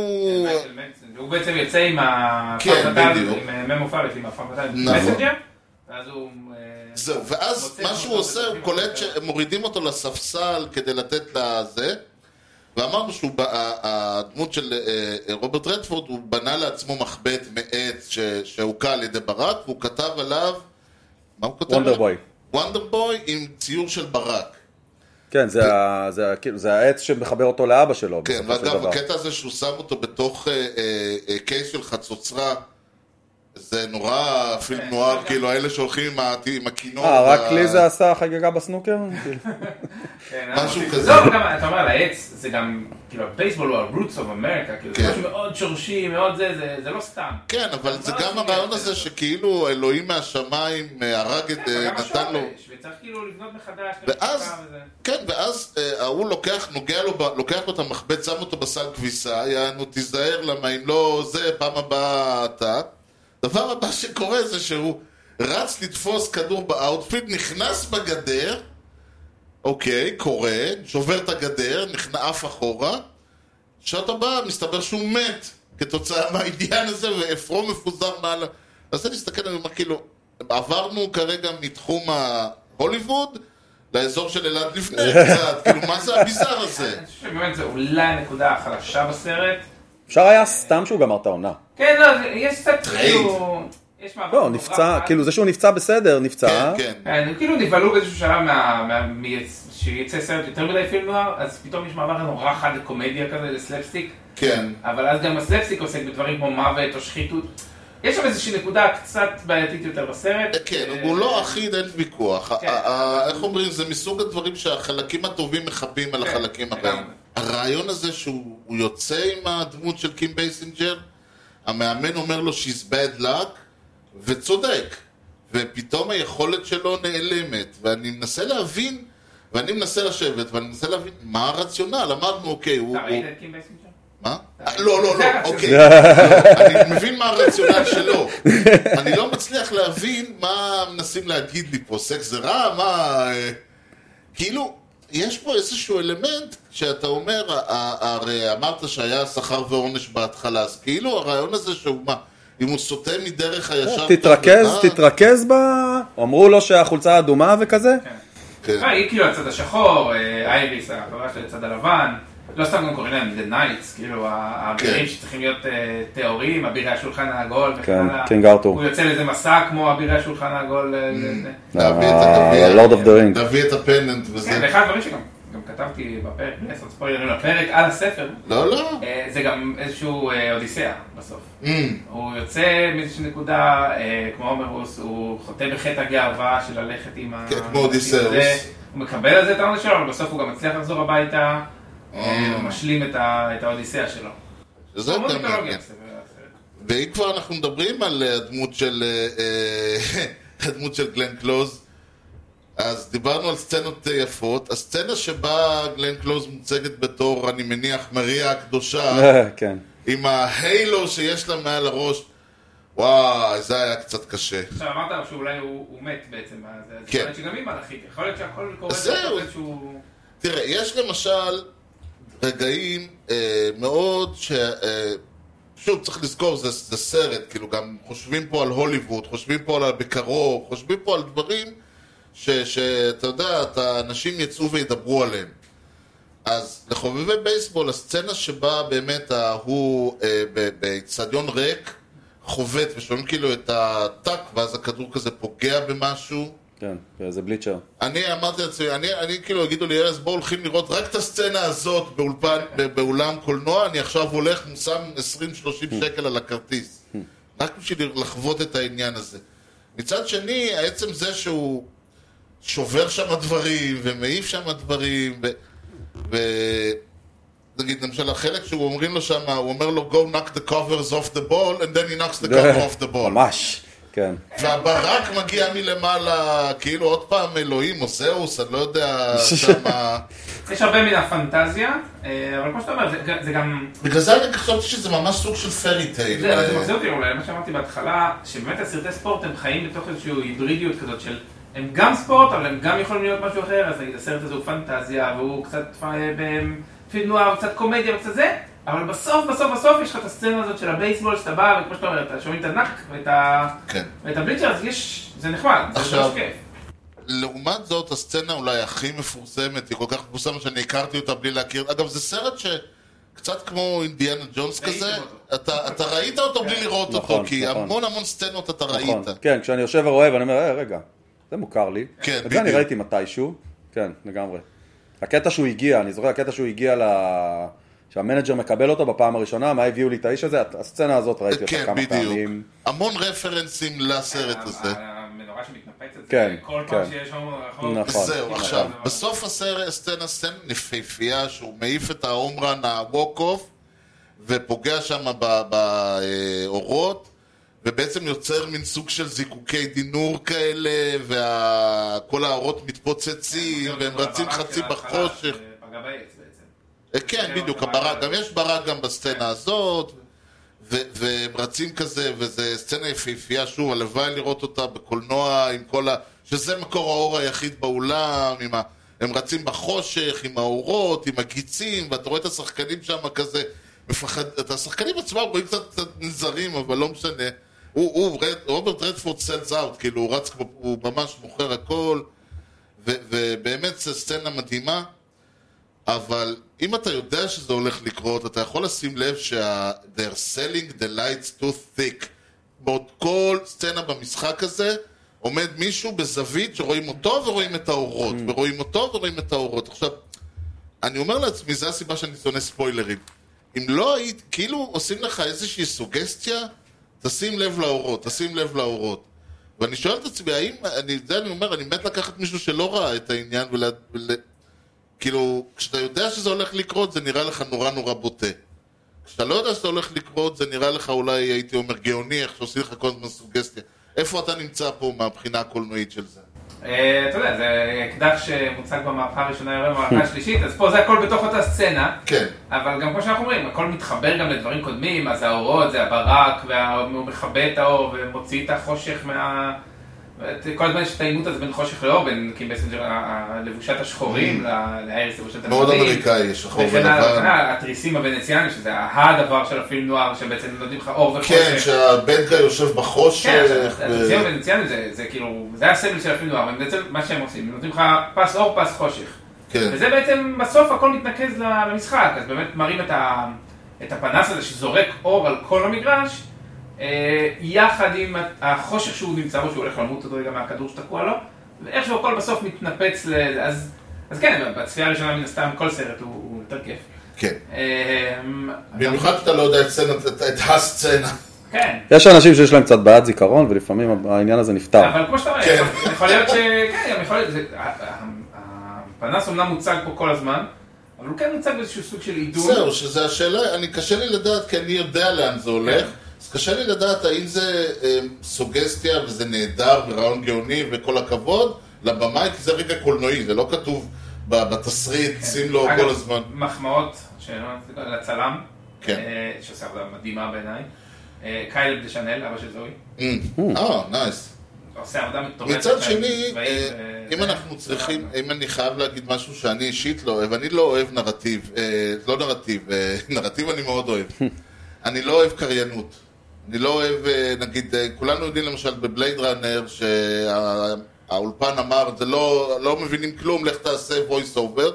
הוא בעצם יוצא עם הפרפטל, עם ממופלת, עם הפרפטל, מסנג'ר, ואז הוא... זהו, ואז מה שהוא עושה, הוא קולט שמורידים אותו לספסל כדי לתת לזה, ואמרנו שהדמות של רוברט רדפורד, הוא בנה לעצמו מחבט מעץ שהוקע על ידי ברק, והוא כתב עליו... מה הוא כותב עליו? וונדרבוי. וונדרבוי עם ציור של ברק. כן, זה העץ שמחבר אותו לאבא שלו. כן, ואגב, הקטע הזה שהוא שם אותו בתוך קייס של חצוצרה, זה נורא פילם נוער, כאילו האלה שהולכים עם הכינור. רק לי זה עשה חגיגה בסנוקר? משהו כזה. לא, אתה אומר, העץ זה גם, כאילו, הבייסבול הוא ה-roots of America, כאילו, זה משהו מאוד שורשי, מאוד זה לא סתם. כן, אבל זה גם הרעיון הזה שכאילו אלוהים מהשמיים הרג את, נתן לו. וצריך כאילו לבנות מחדש. ואז, כן, ואז הוא לוקח לו את המחבט, שם אותו בסל כביסה, יענו, תיזהר למה אם לא זה, פעם הבאה אתה. דבר הבא שקורה זה שהוא רץ לתפוס כדור באוטפיט, נכנס בגדר, אוקיי, קורה, שובר את הגדר, נכנף אחורה, שעות הבא מסתבר שהוא מת כתוצאה מהעניין הזה, ואפרו מפוזר מעל... אז אני אסתכל עליו, כאילו, עברנו כרגע מתחום ההוליווד לאזור של אלעד לפני קצת, כאילו, מה זה הביזר הזה? אני חושב שבאמת זה אולי הנקודה החלשה בסרט. אפשר היה סתם שהוא גמר את העונה. כן, לא, יש קצת כאילו... לא, נפצע, כאילו זה שהוא נפצע בסדר, נפצע. כן, כן. כאילו נבהלו באיזשהו שלב שיצא סרט יותר מדי פילם נוער, אז פתאום יש מעבר נורא חד לקומדיה כזה, לסלפסטיק. כן. אבל אז גם הסלפסטיק עוסק בדברים כמו מוות או שחיתות. יש שם איזושהי נקודה קצת בעייתית יותר בסרט. כן, הוא לא אחיד, אין ויכוח. איך אומרים, זה מסוג הדברים שהחלקים הטובים מחפים על החלקים הרעים. הרעיון הזה שהוא יוצא עם הדמות של קים בייסינג'ר, המאמן אומר לו she's bad luck, וצודק. ופתאום היכולת שלו נעלמת, ואני מנסה להבין, ואני מנסה לשבת, ואני מנסה להבין מה הרציונל. אמרנו, אוקיי, הוא... אתה ראית את קים בייסינג'ר? מה? לא, אוקיי. אני מבין מה הרציונל שלו. אני לא מצליח להבין מה מנסים להגיד לי פה. סקס זה רע? מה... כאילו, יש פה איזשהו אלמנט שאתה אומר, הרי אמרת שהיה שכר ועונש בהתחלה, אז כאילו הרעיון הזה שהוא מה? אם הוא סוטה מדרך הישר... תתרכז אמרו לו שהחולצה אדומה וכזה? כן. היא כאילו הצד השחור, אייריס, החברה של הצד הלבן, לא סתם גם קוראים להם The Knights, כאילו האבירים שצריכים להיות תיאורים, אבירי השולחן העגול וכן הלאה. קינג ארתור. הוא יוצא לזה מסע כמו אבירי השולחן העגול. Lord of the Rings. להביא את הפנדנט וזה. כן, ואחד הדברים שגם כתבתי בפרק, לעשות ספוילרים לפרק על הספר. לא. זה גם איזשהו אודיסאה בסוף. הוא יוצא מאיזושהי נקודה, כמו אומרוס, הוא חוטא בחטא הגאווה של ללכת עם ה... כן, כמו אודיסאוס. הוא מקבל על זה את העונש שלו, אבל בסוף הוא גם מצליח לחזור הביתה, הוא משלים את האודיסאה שלו. זה יותר מעניין. ואם כבר אנחנו מדברים על הדמות של גלן קלוז, אז דיברנו על סצנות יפות. הסצנה שבה גלן קלוז מוצגת בתור, אני מניח, מריה הקדושה, עם ההיילו שיש לה מעל הראש, וואי, זה היה קצת קשה. עכשיו אמרת לו שאולי הוא מת בעצם, זה יכול להיות שגם היא מלאכית, יכול להיות שהכל קורה שהוא... תראה, יש למשל רגעים מאוד שוב, צריך לזכור, זה סרט, כאילו גם חושבים פה על הוליווד, חושבים פה על בקרוב, חושבים פה על דברים שאתה יודע, האנשים יצאו וידברו עליהם. אז לחובבי בייסבול, הסצנה שבה באמת הוא באצטדיון ריק, חובט ושומעים כאילו את הטק, ואז הכדור כזה פוגע במשהו. כן, זה בליצ'ר. אני אמרתי לעצמי, אני כאילו הגידו לי, ארז, בואו הולכים לראות רק את הסצנה הזאת באולם קולנוע, אני עכשיו הולך מושם 20-30 שקל על הכרטיס. רק בשביל לחוות את העניין הזה. מצד שני, העצם זה שהוא שובר שם דברים, ומעיף שם דברים, נגיד, למשל, החלק שהוא אומרים לו שם, הוא אומר לו, go knock the covers off the ball, and then he knocks the cover off the ball. ממש, כן. והברק מגיע מלמעלה, כאילו עוד פעם אלוהים או זהוס, אני לא יודע שמה... יש הרבה מן הפנטזיה, אבל כמו שאתה אומר, זה גם... בגלל זה אני חשבתי שזה ממש סוג של פרי טייל. זה מחזיר אותי אולי, מה שאמרתי בהתחלה, שבאמת הסרטי ספורט הם חיים בתוך איזושהי היברידיות כזאת של... הם גם ספורט, אבל הם גם יכולים להיות משהו אחר, אז נגיד, הסרט הזה הוא פנטזיה, והוא קצת פילם נוער, קצת קומדיה וקצת זה, אבל בסוף יש לך את הסצנה הזאת של הבייסבול שאתה בא, וכמו שאתה אומר, אתה שומעים את הנק ואת הבליצ'ר, אז זה נחמד, זה ממש כיף. לעומת זאת, הסצנה אולי הכי מפורסמת, היא כל כך מפורסמת שאני הכרתי אותה בלי להכיר, אגב, זה סרט שקצת כמו אינדיאנה ג'ונס כזה, אתה ראית אותו בלי לראות אותו, כי המון סצנות אתה ראית. כן, כשאני יושב ורואה ואני אומר, רגע, זה מוכר לי. כן, בדיוק. אני ראיתי מתישהו. כן, לגמרי. הקטע שהוא הגיע, אני זוכר, הקטע שהוא הגיע שהמנג'ר מקבל אותו בפעם הראשונה, מה הביאו לי את האיש הזה? הסצנה הזאת ראיתי אותה כמה פעמים. המון רפרנסים לסרט הזה. המנורה שמתנפצת, כן, כל פעם שיש נכון. זהו, עכשיו, בסוף הסצנה נפהפייה, שהוא מעיף את ההומרן, הווק-אוף, ופוגע שם באורות, ובעצם יוצר מין סוג של זיקוקי דינור כאלה, וכל האורות מתפוצצים, והם רצים חצי בחושך. פגע בעץ בעצם. כן, בדיוק, גם יש ברק גם בסצנה הזאת, והם רצים כזה, וזו סצנה יפהפייה, שוב, הלוואי לראות אותה בקולנוע, שזה מקור האור היחיד באולם, הם רצים בחושך, עם האורות, עם הגיצים, ואתה רואה את השחקנים שם כזה, את השחקנים עצמם רואים קצת נזרים, אבל לא משנה. רוברט רדפורד סלס אאוט, כאילו הוא רץ, הוא ממש מוכר הכל, ובאמת זו סצנה מדהימה, אבל אם אתה יודע שזה הולך לקרות, אתה יכול לשים לב they're selling the lights too thick. בעוד כל סצנה במשחק הזה, עומד מישהו בזווית שרואים אותו ורואים את האורות, ורואים אותו ורואים את האורות. עכשיו, אני אומר לעצמי, זו הסיבה שאני שונא ספוילרים. אם לא היית, כאילו עושים לך איזושהי סוגסטיה, תשים לב לאורות. ואני שואל את עצמי, האם, אני אומר, אני מת לקחת מישהו שלא ראה את העניין, כאילו, כשאתה יודע שזה הולך לקרות, זה נראה לך נורא נורא בוטה. כשאתה לא יודע שזה הולך לקרות, זה נראה לך אולי, הייתי אומר, גאוני, איך שעושים לך כל הזמן סוגסטיה. איפה אתה נמצא פה מהבחינה הקולנועית של זה? אתה יודע, זה אקדח שמוצג במערכה הראשונה, במערכה השלישית, אז פה זה הכל בתוך אותה סצנה. כן. אבל גם כמו שאנחנו אומרים, הכל מתחבר גם לדברים קודמים, אז האורות, זה הברק, והוא מכבה את האור ומוציא את החושך כל הזמן יש את האימות הזה בין חושך לאור, בין קים בסנג'ר, הלבושת השחורים, לאיירס לבושת המדים. מאוד אמריקאי, שחור ולבן. התריסים הוונציאנים, שזה הדבר של הפילים נוער, שבעצם נותנים לך אור וחושך. כן, שהבנקה יושב בחושך. כן, התריסים הוונציאנים זה כאילו, זה הסמל של הפילים נוער, ובעצם מה שהם עושים, נותנים לך פס אור, פס חושך. וזה בעצם, בסוף הכל מתנקז למשחק, אז באמת מראים את הפנס הזה שזורק אור על כל המגרש, יחד עם החושך שהוא נמצא בו, שהוא הולך למות אותו רגע מהכדור שתקוע לו, ואיכשהו הכל בסוף מתנפץ אז כן, בצפייה הראשונה מן הסתם כל סרט הוא יותר כיף. כן. במיוחד שאתה לא יודע את הסצנה. כן. יש אנשים שיש להם קצת בעיית זיכרון, ולפעמים העניין הזה נפתר. אבל כמו שאתה אומר, יכול להיות כן, יכול להיות, הפנס אומנם מוצג פה כל הזמן, אבל הוא כן מוצג באיזשהו סוג של עידון. זהו, שזה השאלה, קשה לי לדעת, כי אני יודע לאן זה הולך. אז קשה לי לדעת האם זה סוגסטיה וזה נהדר ורעיון גאוני וכל הכבוד לבמאי, כי זה רגע קולנועי, זה לא כתוב בתסריט, שים לו כל הזמן. מחמאות לצלם, שעושה עבודה מדהימה בעיניי, קיילב דשנל, אבא של זוהי. נייס. עושה עבודה מטורפת. מצד שני, אם אנחנו צריכים, אם אני חייב להגיד משהו שאני אישית לא אוהב, אני לא אוהב נרטיב, לא נרטיב, נרטיב אני מאוד אוהב. אני לא אוהב קריינות. אני לא אוהב, נגיד, כולנו יודעים למשל בבלייד ראנר שהאולפן אמר, זה לא מבינים כלום, לך תעשה voice over,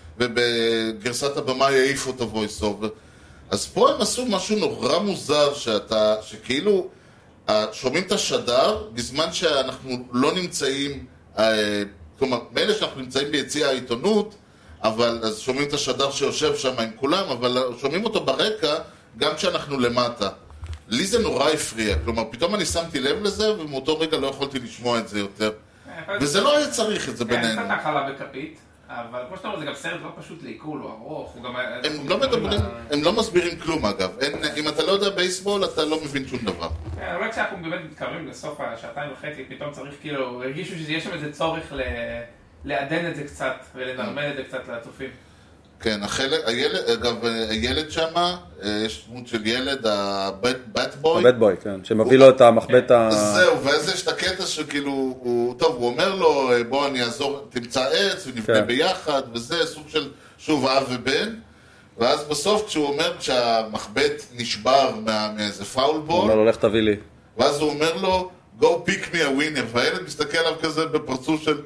ובגרסת הבמה יעיפו את ה-voice over. אז פה הם עשו משהו נורא מוזר, שכאילו שומעים את השדר, בזמן שאנחנו לא נמצאים, כלומר, מאלה שאנחנו נמצאים ביציע העיתונות, אבל אז שומעים את השדר שיושב שם עם כולם, אבל שומעים אותו ברקע, גם כשאנחנו למטה. לי זה נורא הפריע, כלומר, פתאום אני שמתי לב לזה, ומאותו רגע לא יכולתי לשמוע את זה יותר. וזה לא היה צריך את זה בינינו. כן, קצת החלה בכפית, אבל כמו שאתה אומר, זה גם סרט לא פשוט לעיכול, הוא ארוך, הוא גם... הם לא מדברים, הם לא מסבירים כלום אגב. אם אתה לא יודע בייסבול, אתה לא מבין שום דבר. כן, אבל כשאנחנו באמת מתקרבים לסוף השעתיים וחצי, פתאום צריך כאילו, הרגישו שיש שם איזה צורך לעדן את זה קצת, ולנרמל את זה קצת לצופים. כן, אגב, הילד שמה, יש דמות של ילד, הבט בוי, כן, שמביא לו את המחבט זהו, ואז יש את הקטע שכאילו, טוב, הוא אומר לו, בוא אני אעזור, תמצא עץ, ונבנה ביחד, וזה סוג של, שוב, אב ובן, ואז בסוף כשהוא אומר שהמחבט נשבר מאיזה פאול בול, הוא אומר לו, לך תביא לי. ואז הוא אומר לו, go pick me a winner, והילד מסתכל עליו כזה בפרצוף של...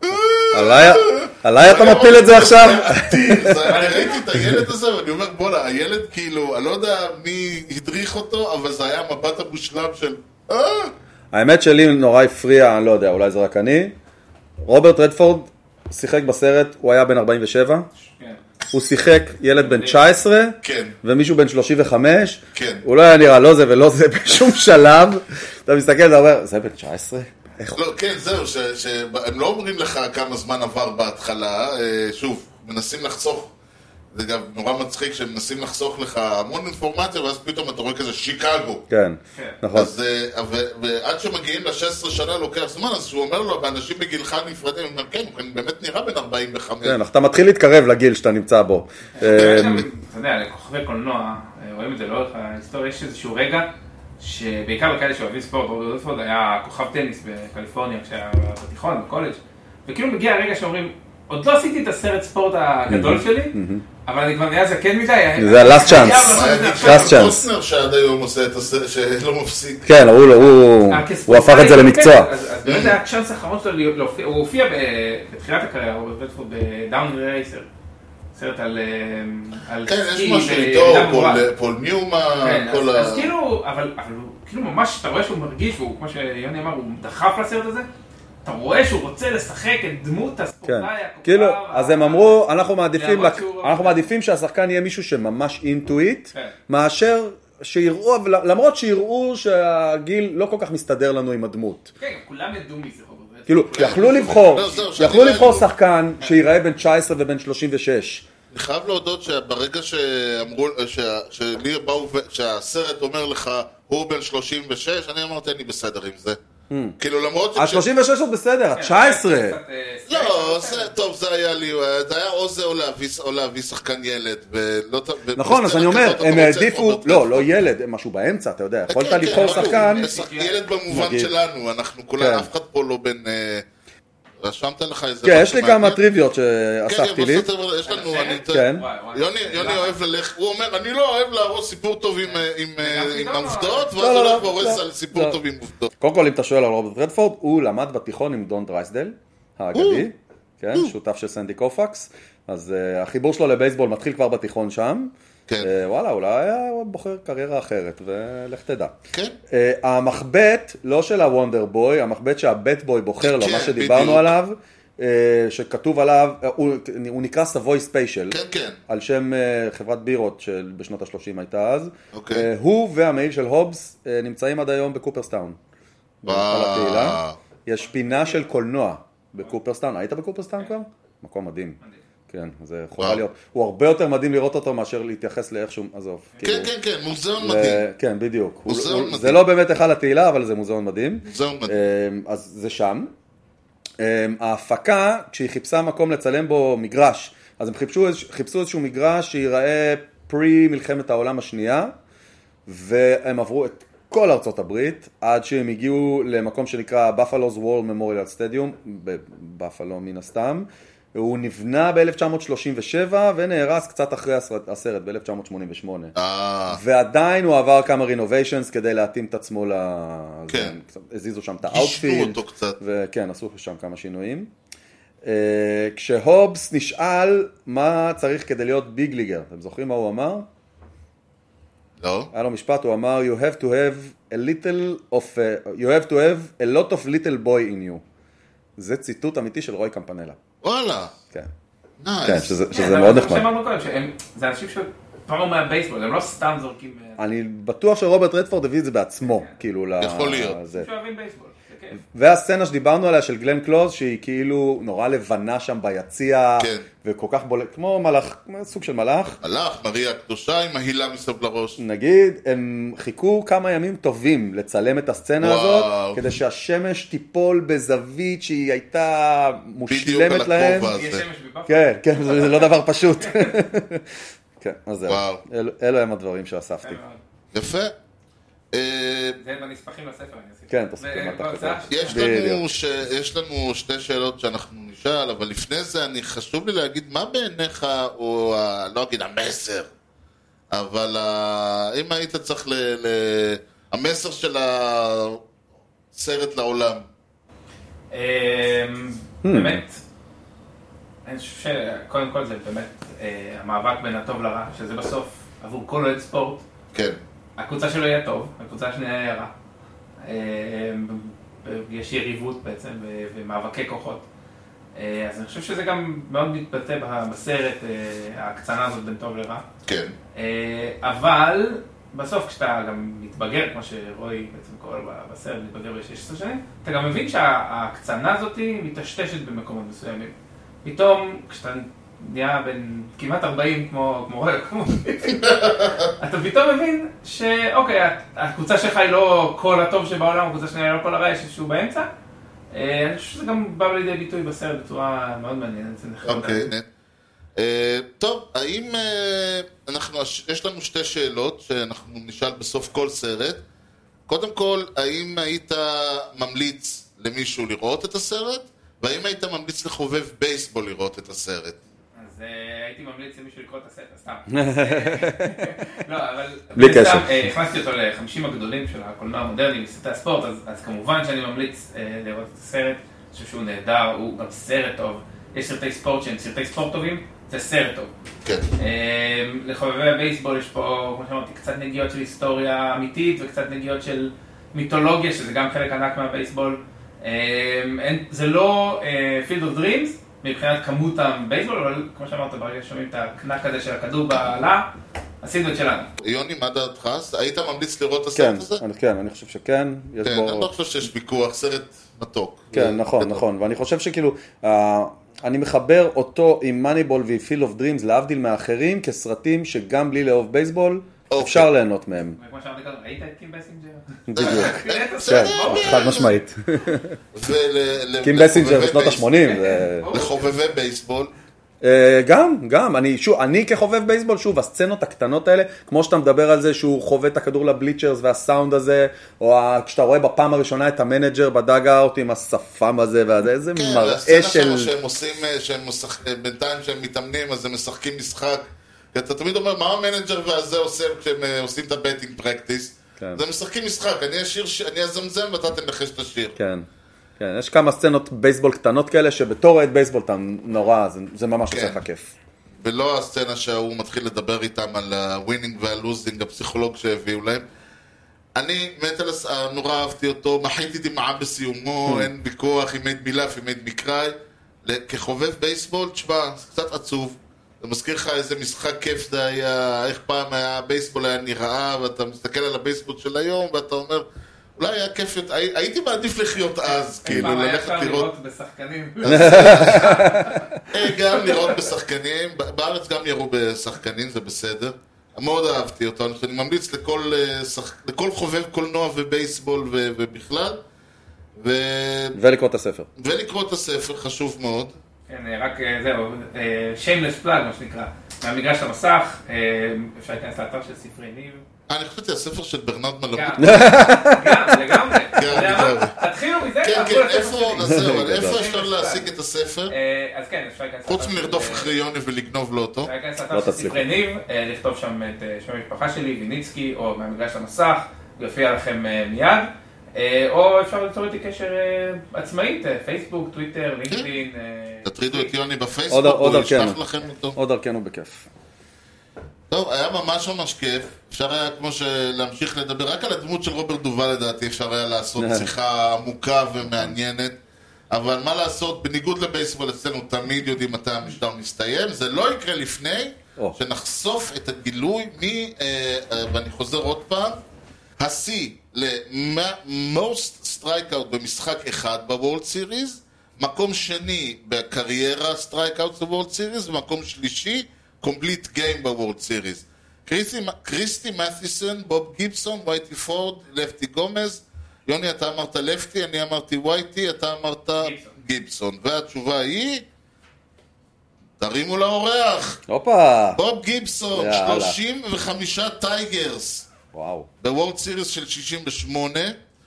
עליי אתה מפיל את זה עכשיו? אני ראיתי את הילד הזה ואני אומר בוא'לה, הילד כאילו, אני לא יודע מי הדריך אותו, אבל זה היה המבט המושלם של האמת שלי נורא הפריע, אני לא יודע, אולי זה רק אני. רוברט רדפורד שיחק בסרט, הוא היה בן 47, הוא שיחק ילד בן 19 ומישהו בן 35, הוא לא היה נראה לא זה ולא זה בשום שלב. אתה מסתכל ואתה אומר, זה בן 19? לא, כן, זהו, שהם לא אומרים לך כמה זמן עבר בהתחלה, שוב, מנסים לחסוך, זה גם נורא מצחיק שהם מנסים לחסוך לך המון אינפורמציה, ואז פתאום אתה רואה כזה שיקגו. כן, נכון. ועד שמגיעים ל-16 שנה לוקח זמן, אז שהוא אומר לו, באנשים בגילך נפרדים, הוא אומר, כן, הוא באמת נראה בן 45. כן, אתה מתחיל להתקרב לגיל שאתה נמצא בו. אתה יודע, לכוכבי קולנוע, רואים את זה לאורך ההיסטוריה, יש איזשהו רגע, שבעיקר בכאלה שאוהבים ספורט, רוברט רדפורד היה כוכב טניס בקליפורניה כשהיה בתיכון, בקולג', וכאילו מגיע הרגע שאומרים, עוד לא עשיתי את הסרט ספורט הגדול שלי, אבל אני כבר נהיה זקן מדי. זה ה-last chance. last chance. קוסנר שעד היום עושה את הסרט שלא מפסיק. כן, הוא הפך את זה למקצוע. אז באמת היה צ'אנס האחרון שלו להופיע, הוא הופיע בתחילת הקריירה, רוברט רדפורד בדאון רייסר. סרט על כן, יש משהו איתו, פול ניומן, כל ה... אז כאילו, אבל כאילו ממש, אתה רואה שהוא מרגיש, והוא, כמו שיוני אמר, הוא דחף לסרט הזה, אתה רואה שהוא רוצה לשחק את דמות הספורטאי הקופר. כאילו, אז הם אמרו, אנחנו מעדיפים שהשחקן יהיה מישהו שממש אינטואיט, מאשר שיראו, למרות שיראו שהגיל לא כל כך מסתדר לנו עם הדמות. כן, כולם ידעו מזה, רוברט כאילו, יכלו לבחור שחקן שיראה בין 19 ובין 36. אני חייב להודות שברגע שאמרו, שהסרט אומר לך, הוא בן 36, אני אמרתי, אני בסדר עם זה. כאילו למרות ה-36 עוד בסדר, ה-19. לא, טוב, זה היה לי, זה היה או זה או להביא שחקן ילד. נכון, אז אני אומר, הם העדיפו, לא ילד, משהו באמצע, אתה יודע, יכולת לבחור שחקן. ילד במובן שלנו, אנחנו כולם, אף אחד פה לא בין... רשמת לך איזה... כן, יש לי כמה טריוויות שאספתי לי. יש לנו, יוני אוהב ללכת, הוא אומר, אני לא אוהב להרוס סיפור טוב עם העובדות, ואז הולך והורס על סיפור טוב עם עובדות. קודם כל, אם אתה שואל על רוברט רדפורד, הוא למד בתיכון עם דון דרייסדל, האגדי, שותף של סנדי קופקס, אז החיבור שלו לבייסבול מתחיל כבר בתיכון שם. וואלה, אולי היה בוחר קריירה אחרת, ולך תדע. המחבט, לא של הוונדר בוי, המחבט שהבט בוי בוחר לו, מה שדיברנו עליו, שכתוב עליו, הוא נקרא סבוי ספיישל, על שם חברת בירות שבשנות ה-30 הייתה אז. הוא והמעיל של הובס נמצאים עד היום בקופרסטאון. יש פינה של קולנוע בקופרסטאון. היית בקופרסטאון כבר? מקום מדהים. כן, זה חובה להיות. הוא הרבה יותר מדהים לראות אותו מאשר להתייחס לאיכשהו, עזוב. כן, מוזיאון מדהים. כן, בדיוק. זה לא באמת אחד לתהילה, אבל זה מוזיאון מדהים. מוזיאון מדהים. אז זה שם. ההפקה, כשהיא חיפשה מקום לצלם בו מגרש, אז הם חיפשו איזשהו מגרש שיראה פרי מלחמת העולם השנייה, והם עברו את כל ארצות הברית, עד שהם הגיעו למקום שנקרא Buffalo's War Memorial Stadium, בבאפלו מן הסתם, הוא נבנה ב-1937 ונהרס קצת אחרי הסרט ב-1988. ועדיין הוא עבר כמה renovations כדי להתאים את עצמו כן. הזיזו שם את האוטפילד. גישרו אותו קצת. וכן, עשו שם כמה שינויים. כשהובס נשאל מה צריך כדי להיות ביג ליגר, אתם זוכרים מה הוא אמר? לא. היה לו משפט, הוא אמר, you have to have a lot of little boy in you. זה ציטוט אמיתי של רוי קמפנלה. וואלה. כן. כן, שזה מאוד נחמד. זה אנשים שפעמו מהבייסבול, הם לא סתם זורקים... אני בטוח שרוברט רדפורד הביא את זה בעצמו, כאילו... יכול להיות. שאוהבים בייסבול. והסצנה שדיברנו עליה של גלן קלוז, שהיא כאילו נורא לבנה שם ביציע, וכל כך בולט, כמו מלאך, סוג של מלאך. מלאך, מריה הקדושה עם ההילה מסביב לראש. נגיד, הם חיכו כמה ימים טובים לצלם את הסצנה הזאת, כדי שהשמש תיפול בזווית שהיא הייתה מושלמת להם. כן, כן, זה לא דבר פשוט. כן, אז זהו. אלו הם הדברים שאספתי. יפה. זה בנספחים לספר, אני אעשה. כן, תספר מה אתה חושב. יש לנו שתי שאלות שאנחנו נשאל, אבל לפני זה חשוב לי להגיד מה בעיניך, או לא אגיד המסר, אבל אם היית צריך המסר של הסרט לעולם. באמת, אני חושב שקודם כל זה באמת המאבק בין הטוב לרע, שזה בסוף עבור כל אוהד ספורט. כן. הקבוצה שלו יהיה טוב, הקבוצה השנייה יהיה רע. יש יריבות בעצם ומאבקי כוחות. אז אני חושב שזה גם מאוד מתבטא בסרט, ההקצנה הזאת בין טוב לרע. כן. אבל בסוף כשאתה גם מתבגר, כמו שרוי בעצם קורא בסרט, מתבגר ב-16 שנים, אתה גם מבין שההקצנה הזאת מתשתשת במקומות מסוימים. פתאום כשאתה נהיה בין כמעט 40 כמו רוי, אתה פתאום מבין שאוקיי, הקבוצה שלך היא לא כל הטוב שבעולם, הקבוצה שלך היא לא כל הרע, יש איזשהו באמצע. אני חושב שזה גם בא לידי ביטוי בסרט בצורה מאוד מעניינת. אוקיי, טוב, האם יש לנו שתי שאלות שאנחנו נשאל בסוף כל סרט. קודם כל, האם היית ממליץ למישהו לראות את הסרט? והאם היית ממליץ לחובב בייסבול לראות את הסרט? אז הייתי ממליץ למישהו לקרוא את הסרט, סתם. לא, אבל... בלי קשר. הכנסתי אותו ל50 הגדולים של הקולנוע המודרני בסרטי הספורט, אז כמובן שאני ממליץ לראות את הסרט. אני חושב שהוא נהדר, הוא גם סרט טוב. יש סרטי ספורט שהם סרטי ספורט טובים, זה סרט טוב. כן. לחובבי הבייסבול יש פה, כמו שאמרתי, קצת נגיעות של היסטוריה אמיתית וקצת נגיעות של מיתולוגיה, שזה גם חלק ענק מהבייסבול. זה לא Field of Dreams מבחינת כמות הבייסבול, אבל כמו שאמרת, ברגע ששומעים את הקנק הזה של הכדור בעלה, עשינו את שלנו. יוני, מה דעתך? היית ממליץ לראות את הסרט הזה? כן, אני חושב שכן. כן, אני לא חושב שיש ויכוח, סרט מתוק. כן, נכון, ואני חושב שכאילו, אני מחבר אותו עם מאניבול ו-Field of Dreams, להבדיל מאחרים, כסרטים שגם בלי לאהוב בייסבול, אפשר ליהנות מהם. כמו שאמרתי קודם, ראית את קים בסינג'ר? בדיוק. כן, חד משמעית. קים בסינג'ר בשנות ה-80. לחובבי בייסבול. גם, אני כחובב בייסבול, שוב, הסצנות הקטנות האלה, כמו שאתה מדבר על זה שהוא חובב את הכדור לבליצ'רס והסאונד הזה, או כשאתה רואה בפעם הראשונה את המנג'ר בדאג-אאוט עם השפם הזה, איזה מראה של... הסצנה שהם בינתיים שהם מתאמנים, אז הם משחקים משחק, כי אתה תמיד אומר, מה המנג'ר והזה עושה כשהם עושים את הבטינג פרקטיס? זה משחקים משחק, אני אזמזם ואתה תנחש את השיר. כן, יש כמה סצנות בייסבול קטנות כאלה, שבתור רעד בייסבול אתה נורא, זה ממש עושה לך כיף. ולא הסצנה שהוא מתחיל לדבר איתם על הווינינג והלוזינג, הפסיכולוג שהביאו להם. אני נורא אהבתי אותו, מחיתי דמעה בסיומו, אין ויכוח, אם היית מילף, אם היית מקראי. כחובב בייסבול, תשמע, זה קצת עצוב. זה מזכיר לך איזה משחק כיף זה היה, איך פעם הבייסבול היה נראה, ואתה מסתכל על הבייסבול של היום, ואתה אומר... אולי היה כיף, הייתי מעדיף לחיות אז, כאילו, פעם היה אפשר לראות בשחקנים. גם לראות בשחקנים, בארץ גם יראו בשחקנים, זה בסדר. מאוד אהבתי אותו, אני ממליץ לכל חובב קולנוע ובייסבול ובכלל. ולקרוא את הספר. ולקרוא את הספר, חשוב מאוד. כן, רק זהו, shameless plug, מה שנקרא. מהמגרש המסך, אפשר להיכנס לאתר של ספרי ניב. אני חושבתי הספר של ברנרד מלכות. גם, לגמרי. תתחילו מזה. כן, איפה אפשר להשיג את הספר? אז כן, אפשר להיכנס... חוץ מלרדוף אחרי יוני ולגנוב לו אותו. אפשר להיכנס לאתר של ספרי ניב, לכתוב שם את שם המשפחה שלי, ויניצקי, או מהמגרש המסך, הוא יופיע לכם מיד. או אפשר ליצור איתי קשר עצמאית, פייסבוק, טוויטר, לינקדין. תטרידו את יוני בפייסבוק, הוא ישלח לכם אותו. עוד דרכנו בכיף. טוב, היה ממש כיף. אפשר היה כמו להמשיך לדבר רק על הדמות של רוברט דובל, לדעתי אפשר היה לעשות שיחה עמוקה ומעניינת. אבל מה לעשות, בניגוד לבייסבול אצלנו תמיד יודעים מתי המשדר מסתיים. זה לא יקרה לפני שנחשוף את הגילוי ואני חוזר עוד פעם, השיא ל-most strikeout במשחק אחד בוורלד סיריז, מקום שני בקריירה strikeout בוורלד סיריז, ומקום שלישי complete game בוורלד סיריז. קריסטי מת'יסון, בוב גיבסון, וייטי פורד, לפטי גומז. יוני, אתה אמרת לפטי, אני אמרתי וייטי, אתה אמרת גיבסון. והתשובה היא, תרימו לאורח. הופה. בוב גיבסון, 35 טייגרס. וואו. בוורלד סיריס של 68,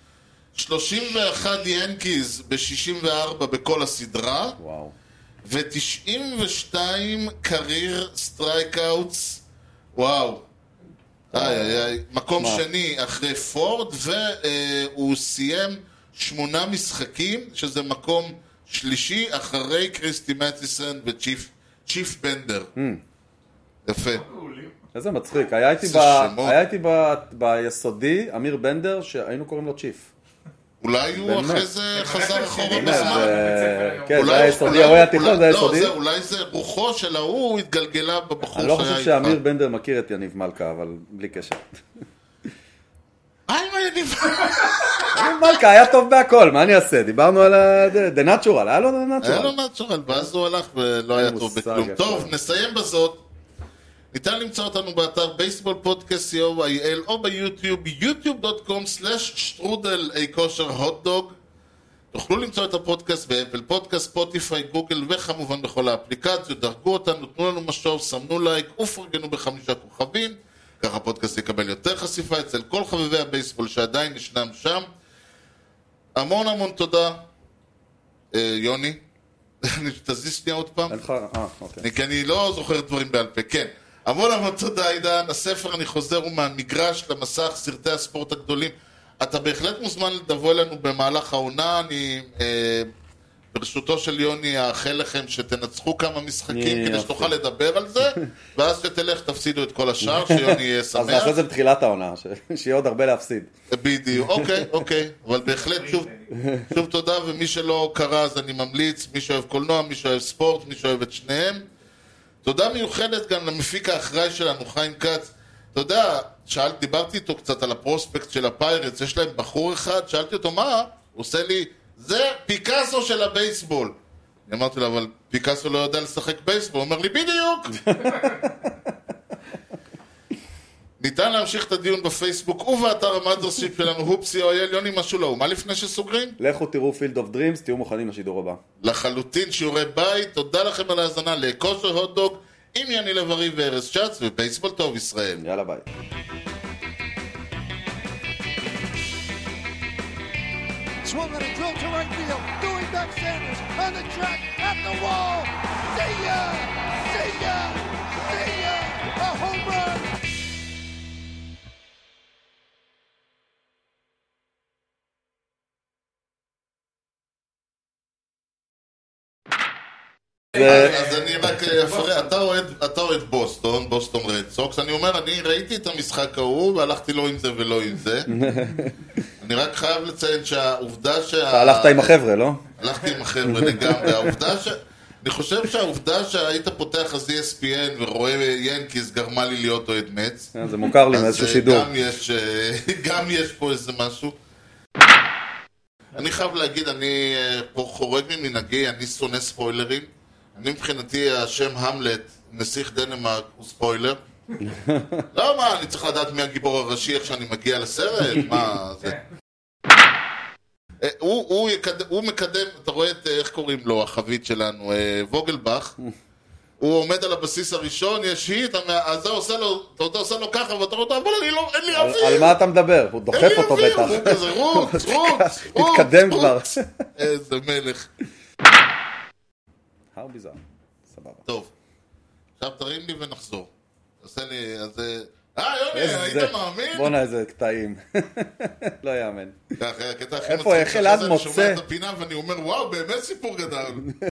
31 ינקיז ב-64 בכל הסדרה, וואו. ו-92 קרייר סטרייקאוטס, וואו. מקום שני אחרי פורד, והוא סיים 8 משחקים, שזה מקום שלישי אחרי קריסטי מת'יסון וצ'יף בנדר. יפה. איזה מצחיק, היה איתי ביסודי, אמיר בנדר, שהיינו קוראים לו צ'יף. אולי הוא אחרי זה חזר אחורה בזמן. כן, זה היה יסודי, הוא היה תיכון, זה היה יסודי. אולי זה רוחו של ההוא התגלגלה בבחור שהיה איתך. אני לא חושב שאמיר בנדר מכיר את יניב מלכה, אבל בלי קשר. מה יניב? יניב מלכה היה טוב בהכל, מה אני אעשה? דיברנו על The Natural, היה לו The Natural. היה לו Natural, ואז הוא הלך ולא היה טוב בכלום. טוב, נסיים בזאת. ניתן למצוא אותנו באתר בייסבול פודקאסט co.il או ביוטיוב, youtube.com/שטרודל כושר הוטדוג. תוכלו למצוא את הפודקאסט באפל פודקאסט, ספוטיפיי, גוגל וכמובן בכל האפליקציות. דרגו אותנו, תנו לנו משוב, סמנו לייק ופרגנו ב5 כוכבים. ככה הפודקאסט יקבל יותר חשיפה אצל כל חובבי הבייסבול שעדיין ישנם שם. המון תודה. יוני, תזיז שנייה עוד פעם. כי אני לא זוכר דברים בעל פה. כן. המון תודה עידן, הספר אני חוזר הוא מהמגרש למסך סרטי הספורט הגדולים. אתה בהחלט מוזמן לדבוא אלינו במהלך העונה, אני ברשותו של יוני אאחל לכם שתנצחו כמה משחקים כדי שתוכל לדבר על זה, ואז שתלך תפסידו את כל השאר, שיוני יהיה שמח. אז אחרי זה בתחילת העונה, שיהיה עוד הרבה להפסיד. בדיוק, אוקיי, אבל בהחלט שוב תודה, ומי שלא קרא אז אני ממליץ, מי שאוהב קולנוע, מי שאוהב ספורט, מי שאוהב את שניהם. תודה מיוחדת גם למפיק האחראי שלנו, חיים כץ. אתה יודע, דיברתי איתו קצת על הפרוספקט של הפיירטס, יש להם בחור אחד, שאלתי אותו מה? הוא עושה לי, זה פיקאסו של הבייסבול. אני אמרתי לו, אבל פיקאסו לא יודע לשחק בייסבול. הוא אומר לי, בדיוק! ניתן להמשיך את הדיון בפייסבוק ובאתר המאדרשיפ שלנו, הופסי או אייל. יוני, משהו לא, מה לפני שסוגרים? לכו תראו פילד אוף דרימס, תהיו מוכנים לשידור הבא. לחלוטין שיעורי בית, תודה לכם על ההאזנה לכושר הוטדוג עם יני לב-ארי וארז שץ, ובייסבול טוב ישראל. יאללה ביי. Swung on a drill to right field. Doing back Sanders on the track at the wall. See ya! See ya! See ya! A home run! אז אני רק אפרט, אתה אוהד בוסטון רד סוקס. אני אומר, אני ראיתי את המשחק ההוא והלכתי לא עם זה ולא עם זה. אני רק חייב לציין שהעובדה הלכת עם החבר'ה, לא? הלכתי עם החבר'ה לגמרי. אני חושב שהעובדה שהיית פותח אז ESPN ורואה ינקיס גרמה לי להיות אוהד מצ. זה מוכר לי מאיזשהו שידור. גם יש פה איזה משהו. אני חייב להגיד, אני פה חורג ממנהגי, אני שונא ספוילרים. אני מבחינתי השם המלט, נסיך דנמרק, הוא ספוילר. לא, מה, אני צריך לדעת מי הגיבור הראשי איך שאני מגיע לסרט? מה זה? הוא מקדם, אתה רואה את, איך קוראים לו, החבית שלנו, ווגלבך. הוא עומד על הבסיס הראשון, יש היט, אז זה עושה לו ככה, ואתה רואה, אבל אין לי אוויר. על מה אתה מדבר? הוא דוחף אותו בטח. הוא כזה, רוץ. תתקדם כבר. איזה מלך. הר ביזר, סבבה. טוב, עכשיו תרים לי ונחזור. תעשה לי, אז... יוני, היית מאמין? בוא'נה, איזה קטעים. לא יאמן. הקטע הכי איפה, איך אלעד מוצא? אני שומע את הפינה ואני אומר, וואו, באמת סיפור גדול.